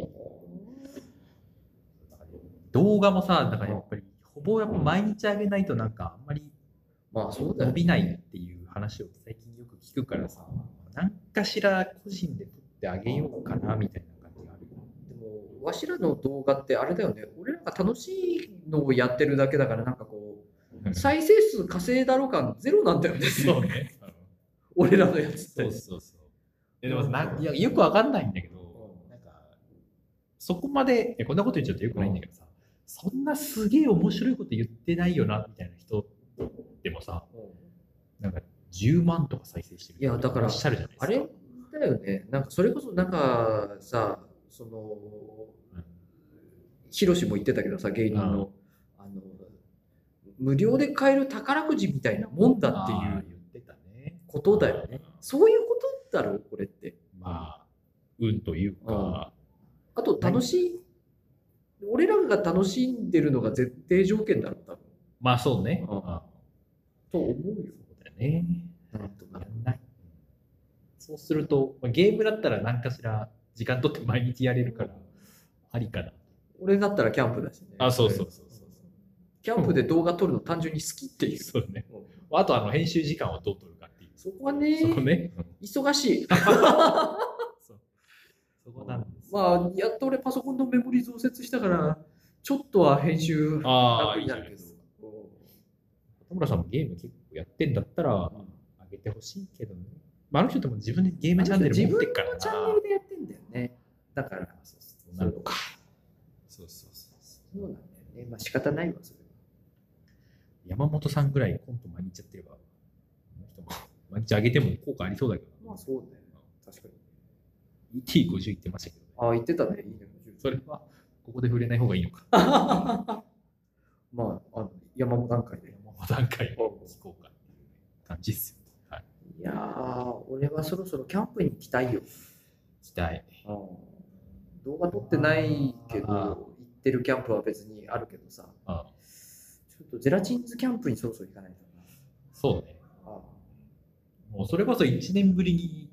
動画もさ、だからやっぱり、ほぼやっぱ毎日あげないとなんかあんまり伸びないっていう話を最近よく聞くからさ、何かしら個人で撮ってあげようかなみたいな感じがある。 でも、わしらの動画ってあれだよね、俺らが楽しいのをやってるだけだから、なんかこう、再生数稼いだろ感ゼロなんだよね。 そうね。 俺らのやつって。 そう。でもよくわかんないんだけど、なんか、そこまで、こんなこと言っちゃってよくないんだけどさ、そんなすげえ面白いこと言ってないよな、みたいな人でもさ、なんか10万とか再生してる。 いや、だから、 あれだよね。なんか、それこそなんかさ、ヒロシも言ってたけどさ、芸人の、無料で買える宝くじみたいなもんだっていうことだよね。そういうことだろう、これって。 まあ、運というか。 あと、俺らが楽しんでるのが前提条件だろう、多分。 まあ、そうね。 と思うよ。 そうだよね。 なんとなく。 そうすると、ゲームだったら何かしら時間取って毎日やれるから、ありかな。 俺だったらキャンプだしね。 そう。 キャンプで動画撮るの単純に好きっていう。 そうね。あと編集時間をどう取るかっていう。 そこはね、忙しい。 そこなんです。 まあ、やっと俺パソコンのメモリ増設したから、ちょっとは編集楽になるけど。 里村さんもゲーム結構やってんだったら、あげてほしいけどね。あの人っても自分でゲームチャンネル持ってっからな。 自分のチャンネルでやってんだよね。だから、 なるのか。そうなんだよね。まあ仕方ないわ、それは。 山本さんぐらいコント毎日やってれば、毎日あげても効果ありそうだけど。 まあそうだよ。確かに。ET50 言ってましたけど。 言ってたね。 それは、ここで触れない方がいいのか。 まあ、山本段階で。 山本段階で聞こうかっていう感じですよ。 いやー、俺はそろそろキャンプに行きたいよ。 行きたい。 動画撮ってないけど、行ってるキャンプは別にあるけどさ。ちょっとゼラチンズキャンプにそろそろ行かないとな。 そうね。もうそれこそ1年ぶりに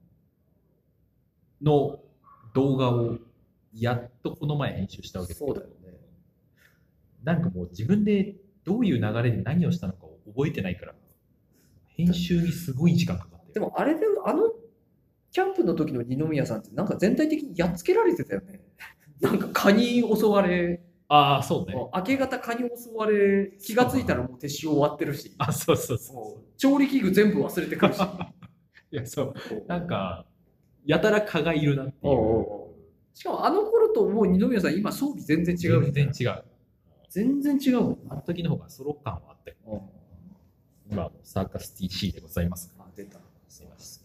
の動画をやっとこの前編集したわけですけど。そうだよね。なんかもう自分でどういう流れで何をしたのかを覚えてないから、編集にすごい時間かかってる。 でもあれで、キャンプの時の二宮さんってなんか全体的にやっつけられてたよね。なんか蚊に襲われ。 ああ、そうね。 明け方蚊に襲われ、気がついたらもう撤収終わってるし、 あ、そうそうそう。 調理器具全部忘れてくるし。 いや、そう。なんか、やたら蚊がいるなっていう。 しかもあの頃ともう二宮さん、今装備全然違う。 全然違う。 全然違う。 あの時の方がソロ感はあったよ。今もサーカス TC でございますか。 あ、出た。 サーカス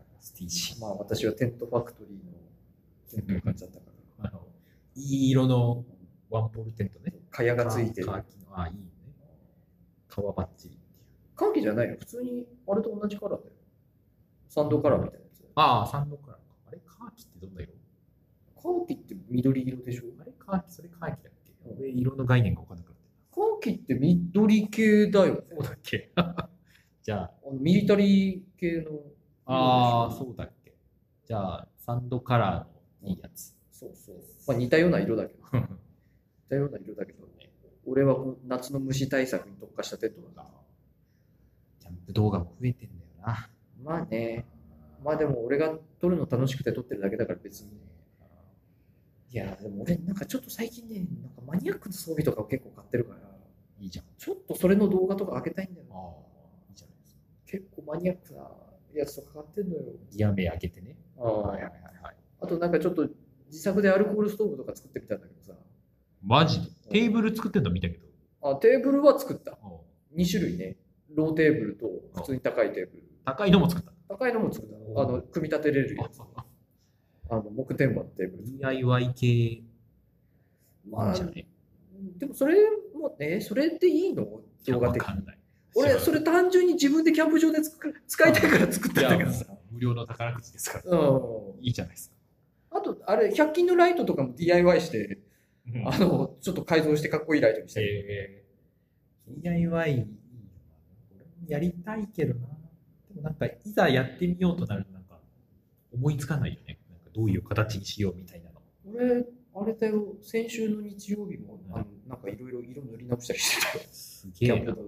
TC。 まあ私はテントファクトリーのテントを買っちゃったから。 いい色のワンポールテントね。 蚊帳がついてる。 カーキの、あ、いいね。革バッチリ。 カーキじゃないよ。普通にあれと同じカラーだよ。サンドカラーみたいなやつ。 ああ、サンドカラーか。あれ、カーキってどんな色？ カーキって緑色でしょ？ あれ、カーキ、それカーキだっけ？俺、色の概念が分からなくなってる。 カーキって緑系だよね。 そうだっけ？じゃあ、 ミリタリー系の。 ああ、そうだっけ。じゃあ、サンドカラーのいいやつ。 そうそう。まあ似たような色だけど。似たような色だけどね。俺は夏の虫対策に特化したテントだな。 キャンプ動画も増えてんだよな。 まあね。まあでも俺が撮るの楽しくて撮ってるだけだから別にね。いや、でも俺なんかちょっと最近ね、なんかマニアックな装備とかを結構買ってるから、 いいじゃん。 ちょっとそれの動画とか上げたいんだよな。 ああ、いいじゃないですか。 結構マニアックなやつとか買ってんのよ。 ギア名開けてね。 はいはいはい。あとなんかちょっと自作でアルコールストーブとか作ってみたんだけどさ。 マジでテーブル作ってんの見たけど。 あ、テーブルは作った。2種類ね。ローテーブルと普通に高いテーブル。 高いのも作った。 高いのも作った。組み立てれるやつ。木天板のテーブル。 DIY 系。 まあ、でもそれもね、それでいいの？動画的に。俺、それ単純に自分でキャンプ場で使いたいから作ったんだけどさ。 無料の宝くじですから。いいじゃないですか。 あと、あれ、100均のライトとかも DIY して、ちょっと改造してかっこいいライトにしたり。 DIY いいよな。俺もやりたいけどな。でもなんか、いざやってみようとなると、なんか、思いつかないよね。なんかどういう形にしようみたいなの。 俺、あれだよ、先週の日曜日も、なんかいろいろ色塗り直したりしてたよ。 すげえな。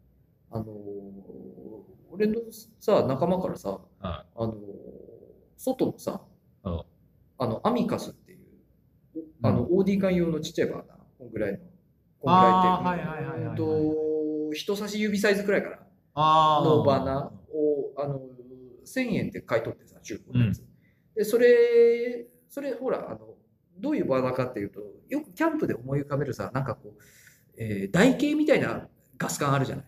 俺のさ、仲間からさ、外のさ、アミカスっていう、OD 缶用のちっちゃいバーナー、こんぐらいの。こんぐらいって、人差し指サイズくらいかな。のバーナーを、1000円で買い取ってさ、中古のやつ。で、それ、ほら、どういうバーナーかっていうと、よくキャンプで思い浮かべるさ、なんかこう、台形みたいなガス管あるじゃない。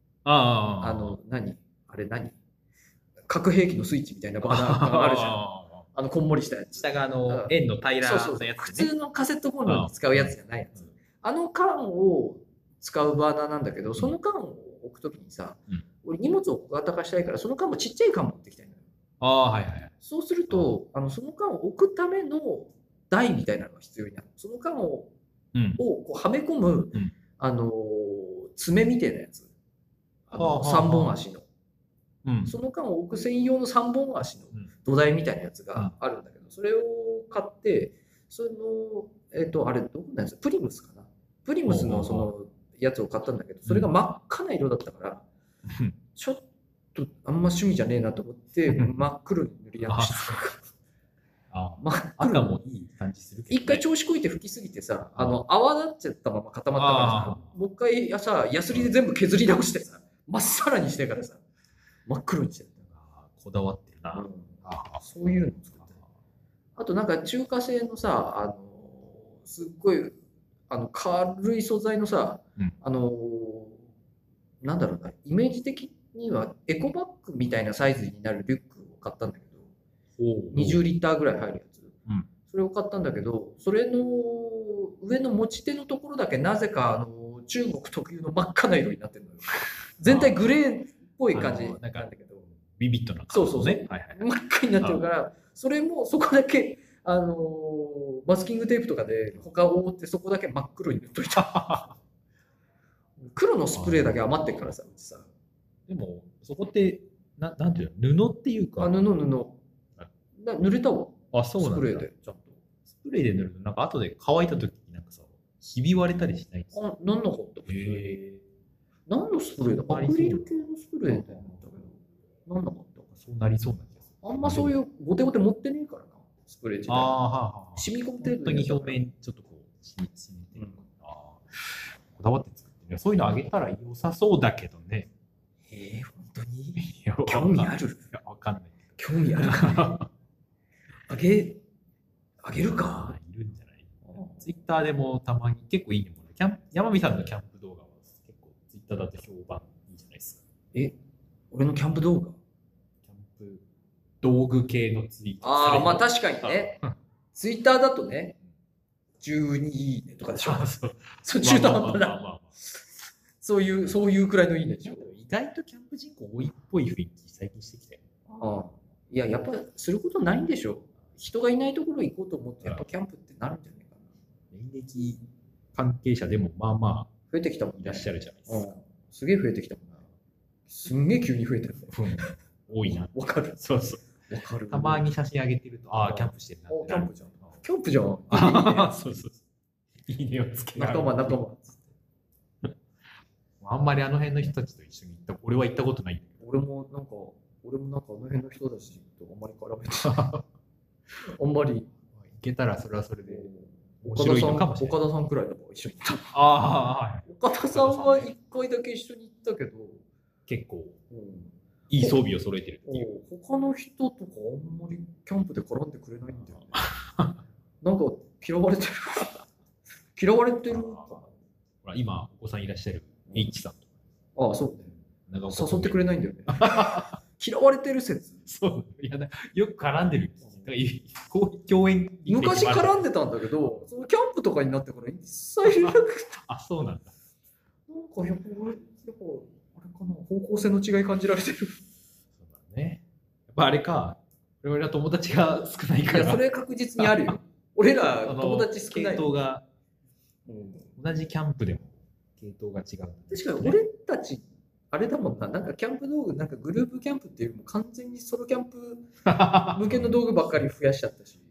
何核兵器のスイッチみたいなバーナーがあるじゃん。こんもりしたやつ。 下が円の平らなやつ、ね。 普通のカセットコンロに使うやつじゃないやつ。あの缶を使うバーナーなんだけど、その缶を置くときにさ、俺荷物を小型化したいから、その缶もちっちゃい缶持ってきたいのよ。そうすると、その缶を置くための台みたいなのが必要になる。その缶をこうはめ込む、爪みたいなやつ。3本足の。その缶を置く専用の3本足の土台みたいなやつがあるんだけど、それを買って、その、あれ、どこのやつ？プリムスかな？プリムスのそのやつを買ったんだけど、それが真っ赤な色だったから、ちょっとあんま趣味じゃねえなと思って、真っ黒に塗り直して。 赤もいい感じするけど、 一回調子こいて吹きすぎてさ、泡立っちゃったまま固まったからさ、もう一回さ、ヤスリで全部削り直してさ、まっさらにしてからさ、真っ黒にしてた。 こだわってるな。 そういうの作った。あとなんか中華製のさ、すっごい、軽い素材のさ、なんだろうな、イメージ的にはエコバッグみたいなサイズになるリュックを買ったんだけど、20リッターぐらい入るやつ。それを買ったんだけど、それの上の持ち手のところだけなぜか中国特有の真っ赤な色になってるのよ。全体グレーっぽい感じなんだけど。 ビビットな感じね。真っ赤になってるから、それもそこだけ、マスキングテープとかで他を覆ってそこだけ真っ黒に塗っといた。黒のスプレーだけ余ってるからさ、うちさ。 でも、そこって、なんていうの？布っていうか。 布。濡れたわ。 そうなんだ。 スプレーで、ちゃんと。 スプレーで塗ると、なんか後で乾いた時になんかさ、ひび割れたりしないんですか？ なんなかった。何のスプレーだ？アクリル系のスプレーだったけど、なんなかった。 そうなりそうな気がする。 あんまそういうゴテゴテ持ってねえからな、スプレー自体。染み込む程度本当に表面ちょっとこう、染みてる。 こだわって作ってる。そういうのあげたら良さそうだけどね。 本当にいや興味ある？ いや、わかんない。 興味あるかね。あげるか。 いるんじゃない？ツイッターでもたまに結構いいねもらう。山美さんのキャンプ動画は結構ツイッターだと評判いいじゃないですか。 俺のキャンプ動画？ キャンプ道具系のツイート。 ああ、まあ確かにね。ツイッターだとね、12いいねとかでしょ。そう中途半端な。そういうくらいのいいねでしょ。 意外とキャンプ人口多いっぽい雰囲気最近してきて。 いや、やっぱすることないんでしょ。人がいないところ行こうと思って、やっぱキャンプってなるんじゃないかな。 年歴関係者でもまあまあ増えてきたもんね。 いらっしゃるじゃないですか。 すげえ増えてきたもんね。すんげえ急に増えてるね。 多いな。 わかる。 そうそう。わかる。たまに写真上げてると、ああ、キャンプしてるな。 キャンプじゃん。キャンプじゃん。 そうそう。いいねをつけながら。 仲間。 あんまりあの辺の人たちと一緒に行った、俺は行ったことない。 俺もなんかあの辺の人たちとあんまり絡めてあんまり行けたらそれはそれで面岡白いのかもしれない。 岡田さんくらいだから一緒に行った。 はい。 岡田さんは1回だけ一緒に行ったけど、 結構いい装備を揃えてるっていう。 他の人とかあんまりキャンプで絡んでくれないんだよね。なんか嫌われてるかな。今お子さんいらっしゃるH さんと。そうね。誘ってくれないんだよね。嫌われてる説。 そう。いや、よく絡んでる。共演。 昔絡んでたんだけど、そのキャンプとかになってから一切連絡そうなんだ。 なんかやっぱあれかな、方向性の違い感じられてる。そうだね。やっぱあれか。俺ら友達が少ないから。 いや、それ確実にあるよ。俺ら友達少ない。 系統が、同じキャンプでも系統が違う。 確かに俺たち、あれだもんな、なんかキャンプ道具、なんかグループキャンプっていうよりも完全にソロキャンプ向けの道具ばっかり増やしちゃったし。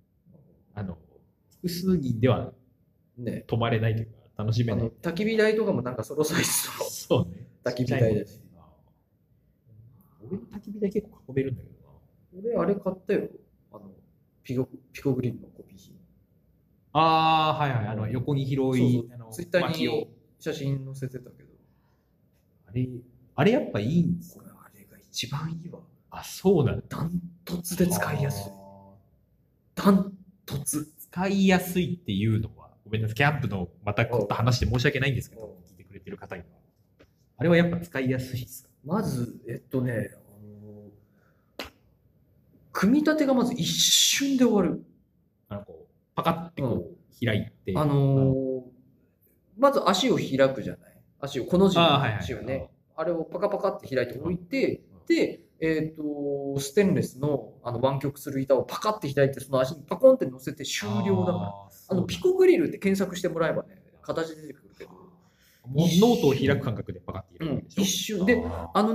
複数人では泊まれないというか、楽しめない。 焚き火台とかもなんかソロサイズのそうね。 焚き火台だし。 俺の焚き火台結構囲めるんだけどな。俺あれ買ったよ。ピコグリーンのコピー品。 はいはい。横に広いツイッターに写真載せてたけど。 あれやっぱいいんですか？あれが一番いいわ。 そうなんだ。 ダントツで使いやすい。ダントツ。 使いやすいっていうのは、ごめんなさい、キャンプのまた話して申し訳ないんですけど、聞いてくれてる方には。あれはやっぱ使いやすいですか？ まず、組み立てがまず一瞬で終わる。 パカッて開いて。 まず足を開くじゃない。この字の足をね。あれをパカパカって開いておいて、で、ステンレスの湾曲する板をパカって開いて、その足にパコンって乗せて終了だから。ピコグリルって検索してもらえばね、形出てくるけど。 ノートを開く感覚でパカって開くでしょ。 一瞬。で、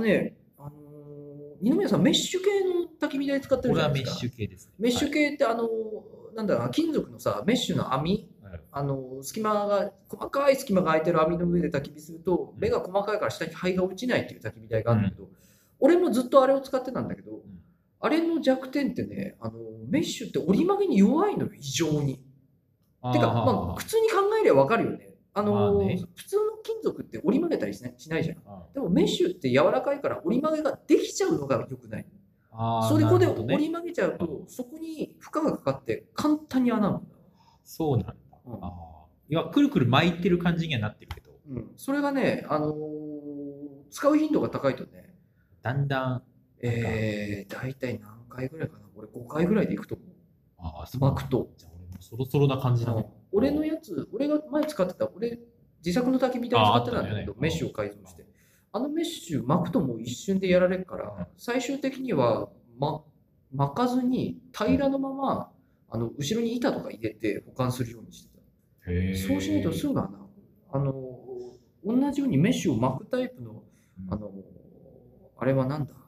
二宮さん、メッシュ系の焚き火台使ってるじゃないですか。 これはメッシュ系ですね。 メッシュ系ってなんだろう、金属のさ、メッシュの網、細かい隙間が空いてる網の上で焚き火すると、目が細かいから下に灰が落ちないっていう焚き火台があるんだけど、俺もずっとあれを使ってたんだけど、あれの弱点ってね、メッシュって折り曲げに弱いのよ、異常に。てか、普通に考えればわかるよね。普通の金属って折り曲げたりしないじゃん。でもメッシュって柔らかいから折り曲げができちゃうのが良くない。それで折り曲げちゃうと、そこに負荷がかかって簡単に穴が。 そうなんだ。いや、くるくる巻いてる感じにはなってるけど。 それがね、使う頻度が高いとね、 だんだん。 大体何回ぐらいかな。俺5回ぐらいでいくと思う。巻くと。 じゃあ俺もそろそろな感じだね。 俺のやつ、俺が前使ってた、自作の焚き火台使ってたんだけど、メッシュを改造して。メッシュ巻くともう一瞬でやられるから、最終的には、巻かずに平らのまま、後ろに板とか入れて保管するようにしてた。そうしないとすぐ同じようにメッシュを巻くタイプの、あれはなんだ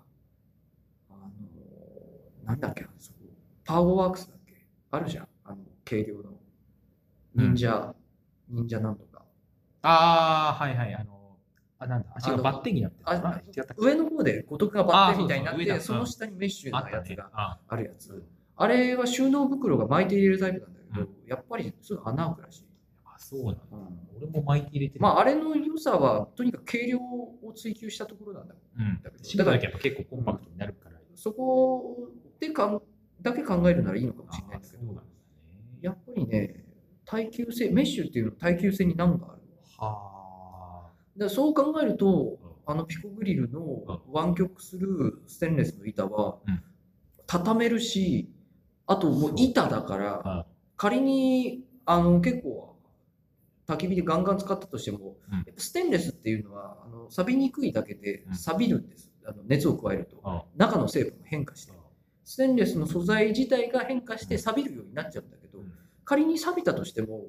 なんだっけ、パワーワークスだっけあるじゃん。軽量の。忍者なんとか。 はいはい。なんだ、足がバッテンになってる。 上の方で五徳がバッテンみたいになって、その下にメッシュのやつがあるやつ。あれは収納袋が巻いて入れるタイプなんだけど、やっぱりすぐ穴開くらしい。 そうなんだ。俺も巻いて入れてる。 まあ、あれの良さは、とにかく軽量を追求したところなんだけど、 だからやっぱ結構コンパクトになるから。 そこでだけ考えるならいいのかもしれないんだけど、やっぱりね、耐久性、メッシュっていうのは耐久性に難がある。だそう考えると、ピコグリルの湾曲するステンレスの板は、畳めるし、あともう板だから、仮に結構焚き火でガンガン使ったとしても、ステンレスっていうのは錆びにくいだけで錆びるんです。熱を加えると中の成分が変化して、ステンレスの素材自体が変化して錆びるようになっちゃうんだけど、仮に錆びたとしても、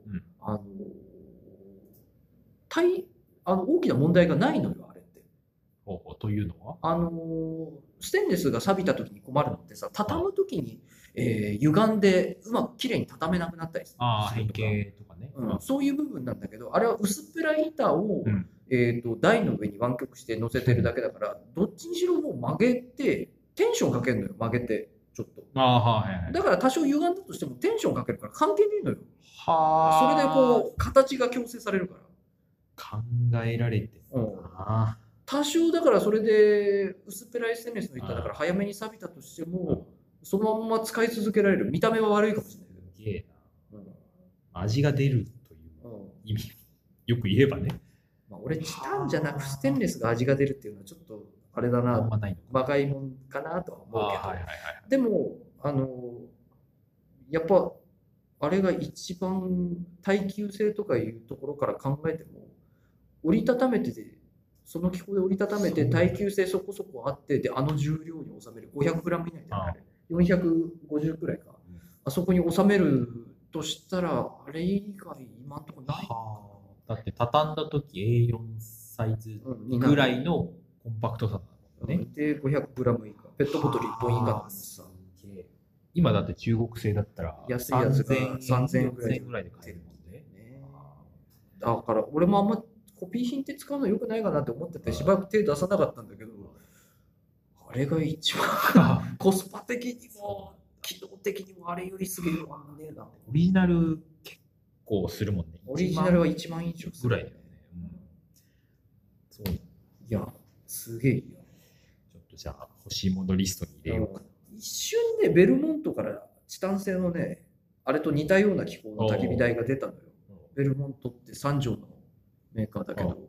大きな問題がないのよ、あれって。 というのはステンレスが錆びた時に困るのってさ、畳む時に、歪んでうまくきれいに畳めなくなったりするとか、 変形とかね、 そういう部分なんだけど、あれは薄っぺらい板を、台の上に湾曲して乗せてるだけだから、どっちにしろもう曲げて、テンションかけるのよ、曲げて、ちょっと。だから多少歪んだとしてもテンションかけるから関係ねえのよ。それでこう、形が矯正されるから。 考えられてるな。 多少だからそれで薄っぺらいステンレスの板だから早めに錆びたとしても、そのまま使い続けられる。見た目は悪いかもしれないけど。 すげえな。味が出るという意味、よく言えばね。 俺、チタンじゃなくステンレスが味が出るっていうのはちょっとあれだな、まがいもんかなとは思うけど、でも、やっぱ、あれが一番耐久性とかいうところから考えても、折りたためてて、その気候で折りたためて耐久性そこそこあって、で、重量に収める 500g 以内であれ、450くらいか、あそこに収めるとしたら、あれ以外今んとこない。 だって畳んだ時 A4 サイズぐらいのコンパクトさなのね。 で、500g 以下。ペットボトル1本以下だもんさ。 今だって中国製だったら安いやつが3000円ぐらいで買えるもんね。だから俺もあんまコピー品って使うの良くないかなって思っててしばらく手出さなかったんだけど、あれが一番コスパ的にも機能的にもあれよりすげえわんねえな。 オリジナル結構するもんね。 オリジナルは1万以上ぐらいだよね。そう。 いや、すげえいいよ。 ちょっとじゃあ欲しいものリストに入れようか。 一瞬ね、ベルモントからチタン製のね、あれと似たような機構の焚き火台が出たのよ。ベルモントって三条のメーカーだけど、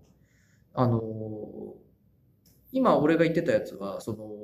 今俺が言ってたやつは、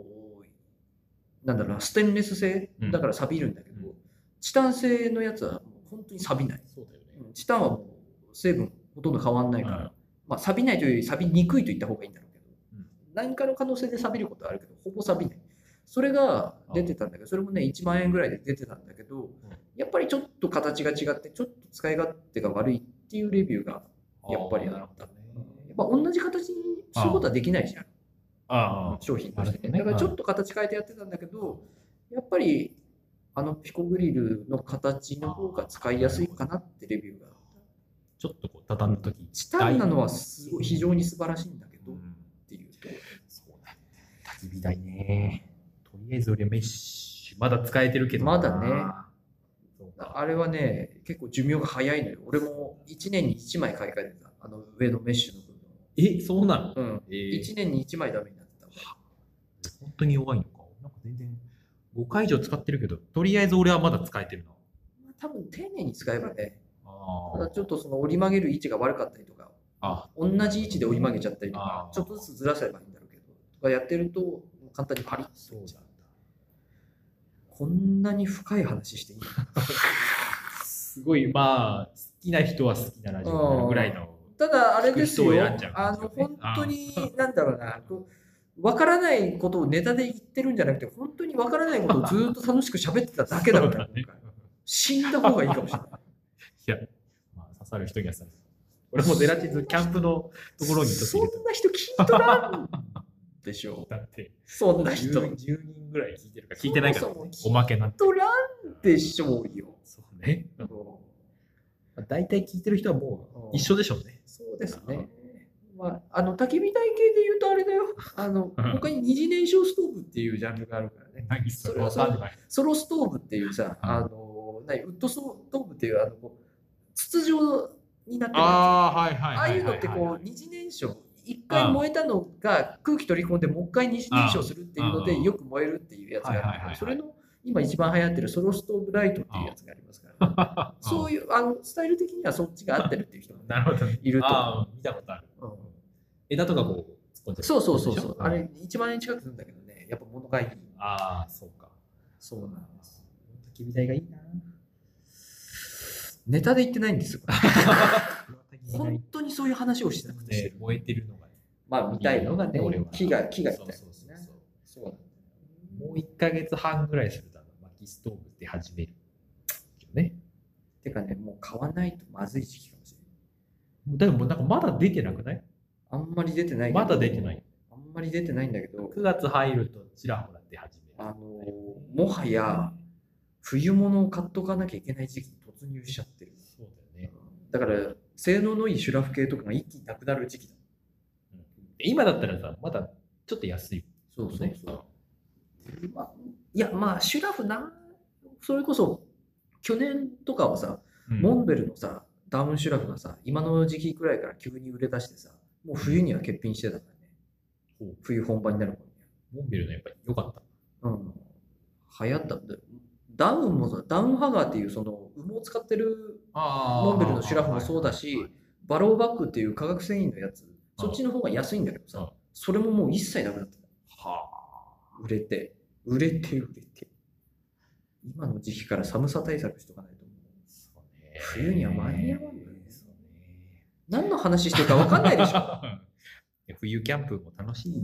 なんだろうな、ステンレス製だから錆びるんだけど、チタン製のやつはもう本当に錆びない。そうだよね。チタンはもう成分ほとんど変わんないから、まあ錆びないというより錆びにくいと言った方がいいんだろうけど、何かの可能性で錆びることはあるけど、ほぼ錆びない。それが出てたんだけど、それもね、1万円ぐらいで出てたんだけど、やっぱりちょっと形が違って、ちょっと使い勝手が悪いっていうレビューがやっぱりあった。やっぱ同じ形にすることはできないじゃん。商品としてね。だからちょっと形変えてやってたんだけど、やっぱりピコグリルの形の方が使いやすいかなってレビューが。 ちょっとこう畳むとき。 チタンなのは非常に素晴らしいんだけど、っていうと。 そうだね。焚き火台ね。とりあえず俺メッシュまだ使えてるけど。 まだね。あれはね、結構寿命が早いのよ。俺も1年に1枚買い替えてた。上のメッシュの部分。 そうなの 1年に1枚ダメになってた。 本当に弱いのか。なんか全然5回以上使ってるけど、とりあえず俺はまだ使えてるな。 多分丁寧に使えばね。ただちょっとその折り曲げる位置が悪かったりとか、同じ位置で折り曲げちゃったりとか、ちょっとずつずらせばいいんだろうけど、とかやってると簡単にパリッとしちゃう。こんなに深い話していいすごい、まあ、好きな人は好きなラジオになるぐらいの。 ただ、あれですよ、本当に、なんだろうな、わからないことをネタで言ってるんじゃなくて、本当にわからないことをずっと楽しく喋ってただけだから、死んだ方がいいかもしれない。 いや、まあ、刺さる人には刺さる。俺もゼラチンズキャンプのところにそんな人聞いとらんでしょ。 だって、 そんな人。 10人ぐらい聞いてるか聞いてないから、おまけなんて。 とらんでしょうよ。 そうね。大体聞いてる人はもう一緒でしょうね。 そうですね。まあ、焚き火台系で言うとあれだよ。他に二次燃焼ストーブっていうジャンルがあるからね。 それはソロストーブっていうさ、ウッドストーブっていう筒状になってるやつ。 ああ、はいはいああいうのってこう二次燃焼、一回燃えたのが空気取り込んでもう一回二次燃焼するっていうのでよく燃えるっていうやつがあるんで、それの今一番流行ってるソロストーブライトっていうやつがありますから、そういうスタイル的にはそっちが合ってるっていう人もいると。 見たことある。枝とかこう突っ込んでる。 そう。あれ1万円近くするんだけどね、やっぱ物がいい。 ああ、そうか。 そうなんです。 焚き火台がいいな。 ネタで言ってないんですよ。本当にそういう話をしたくて。 燃えてるのがね。 まあ見たいのがね、木が痛い。 そう。もう1ヶ月半ぐらいすると薪ストーブで始める。ね。 てかね、もう買わないとまずい時期かもしれない。だからもうなんかまだ出てなくない？ あんまり出てない。 まだ出てない。 あんまり出てないんだけど。 9月入るとちらほら出始める。 もはや冬物を買っとかなきゃいけない時期に突入しちゃってる。 そうだよね。 だから性能のいいシュラフ系とかが一気になくなる時期だ。 今だったらさ、まだちょっと安い。 そう。いや、まあ、シュラフそれこそ、去年とかはさ、モンベルのさ、ダウンシュラフがさ、今の時期くらいから急に売れ出してさ、もう冬には欠品してたからね。冬本番になる頃には。 モンベルのやっぱり良かった。 流行ったんだよ。ダウンもさ、ダウンハガーっていうその羽毛を使ってるモンベルのシュラフもそうだし、バローバッグっていう化学繊維のやつ、そっちの方が安いんだけどさ、それももう一切なくなってた。売れて。今の時期から寒さ対策しとかないと。冬には間に合わない。何の話してるか分かんないでしょ。 冬キャンプも楽しいです。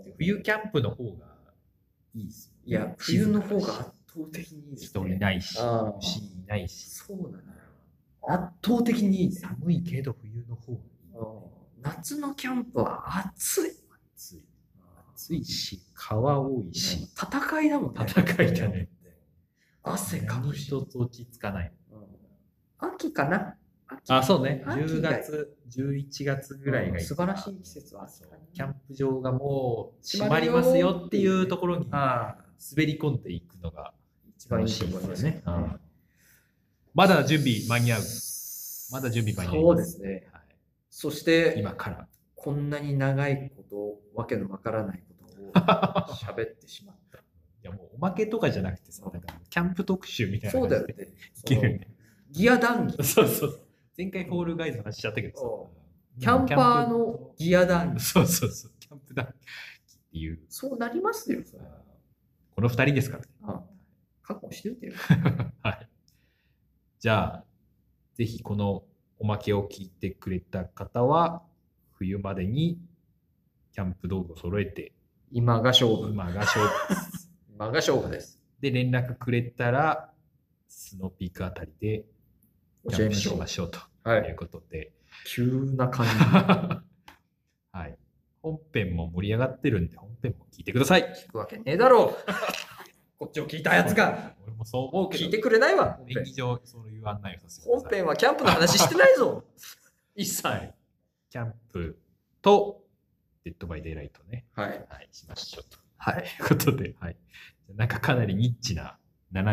冬キャンプの方がいいです。 いや、冬の方が圧倒的にいいです。 人いないし、虫いないし。 そうなのよ。圧倒的にいい。 寒いけど冬の方がいい。 夏のキャンプは暑い。 暑いし、川多いし。 戦いだもんね。 戦いだね。 汗かくし。 一つ落ち着かない。 秋かな。 そうね。10月、11月ぐらいが素晴らしい季節は。 キャンプ場がもう閉まりますよっていうところに滑り込んでいくのが一番いいと思いますね。まだ準備間に合う。そうですね。そして、 今から。 こんなに長いこと、わけのわからないことを喋ってしまった。 いやもうおまけとかじゃなくてさ、なんかキャンプ特集みたいな。 そうだよね。ギア談義。 そう。前回フォールガイズの話しちゃったけどキャンパーのギア談義。 そう。キャンプ談義っていう。 そうなりますよ。 この2人ですからね。 覚悟してるっていう。 はい。じゃあ、ぜひこのおまけを聞いてくれた方は、冬までにキャンプ道具を揃えて、 今が勝負。 今が勝負です。で、連絡くれたら、スノーピークあたりでキャンプしましょうということで。 急な感じ。 はい。本編も盛り上がってるんで、本編も聞いてください。 聞くわけねえだろう。こっちを聞いたやつが。 俺もそう思うけど。 聞いてくれないわ。 演技場、そういう案内をさせてください。本編はキャンプの話してないぞ。一切。 キャンプとデッドバイデイライトね。 はい。 しましょうと。 はい。 ということで、はい。なんかかなりニッチな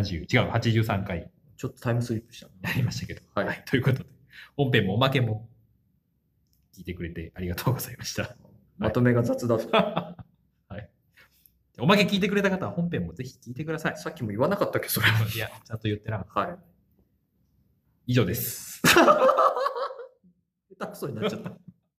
83回。 ちょっとタイムスリップした。 なりましたけど。はい。ということで、本編もおまけも聞いてくれてありがとうございました。 まとめが雑だと。 はい。おまけ聞いてくれた方は本編もぜひ聞いてください。 さっきも言わなかったっけ、それ。 いや、ちゃんと言ってなかった。 はい。 以上です。 下手くそになっちゃった。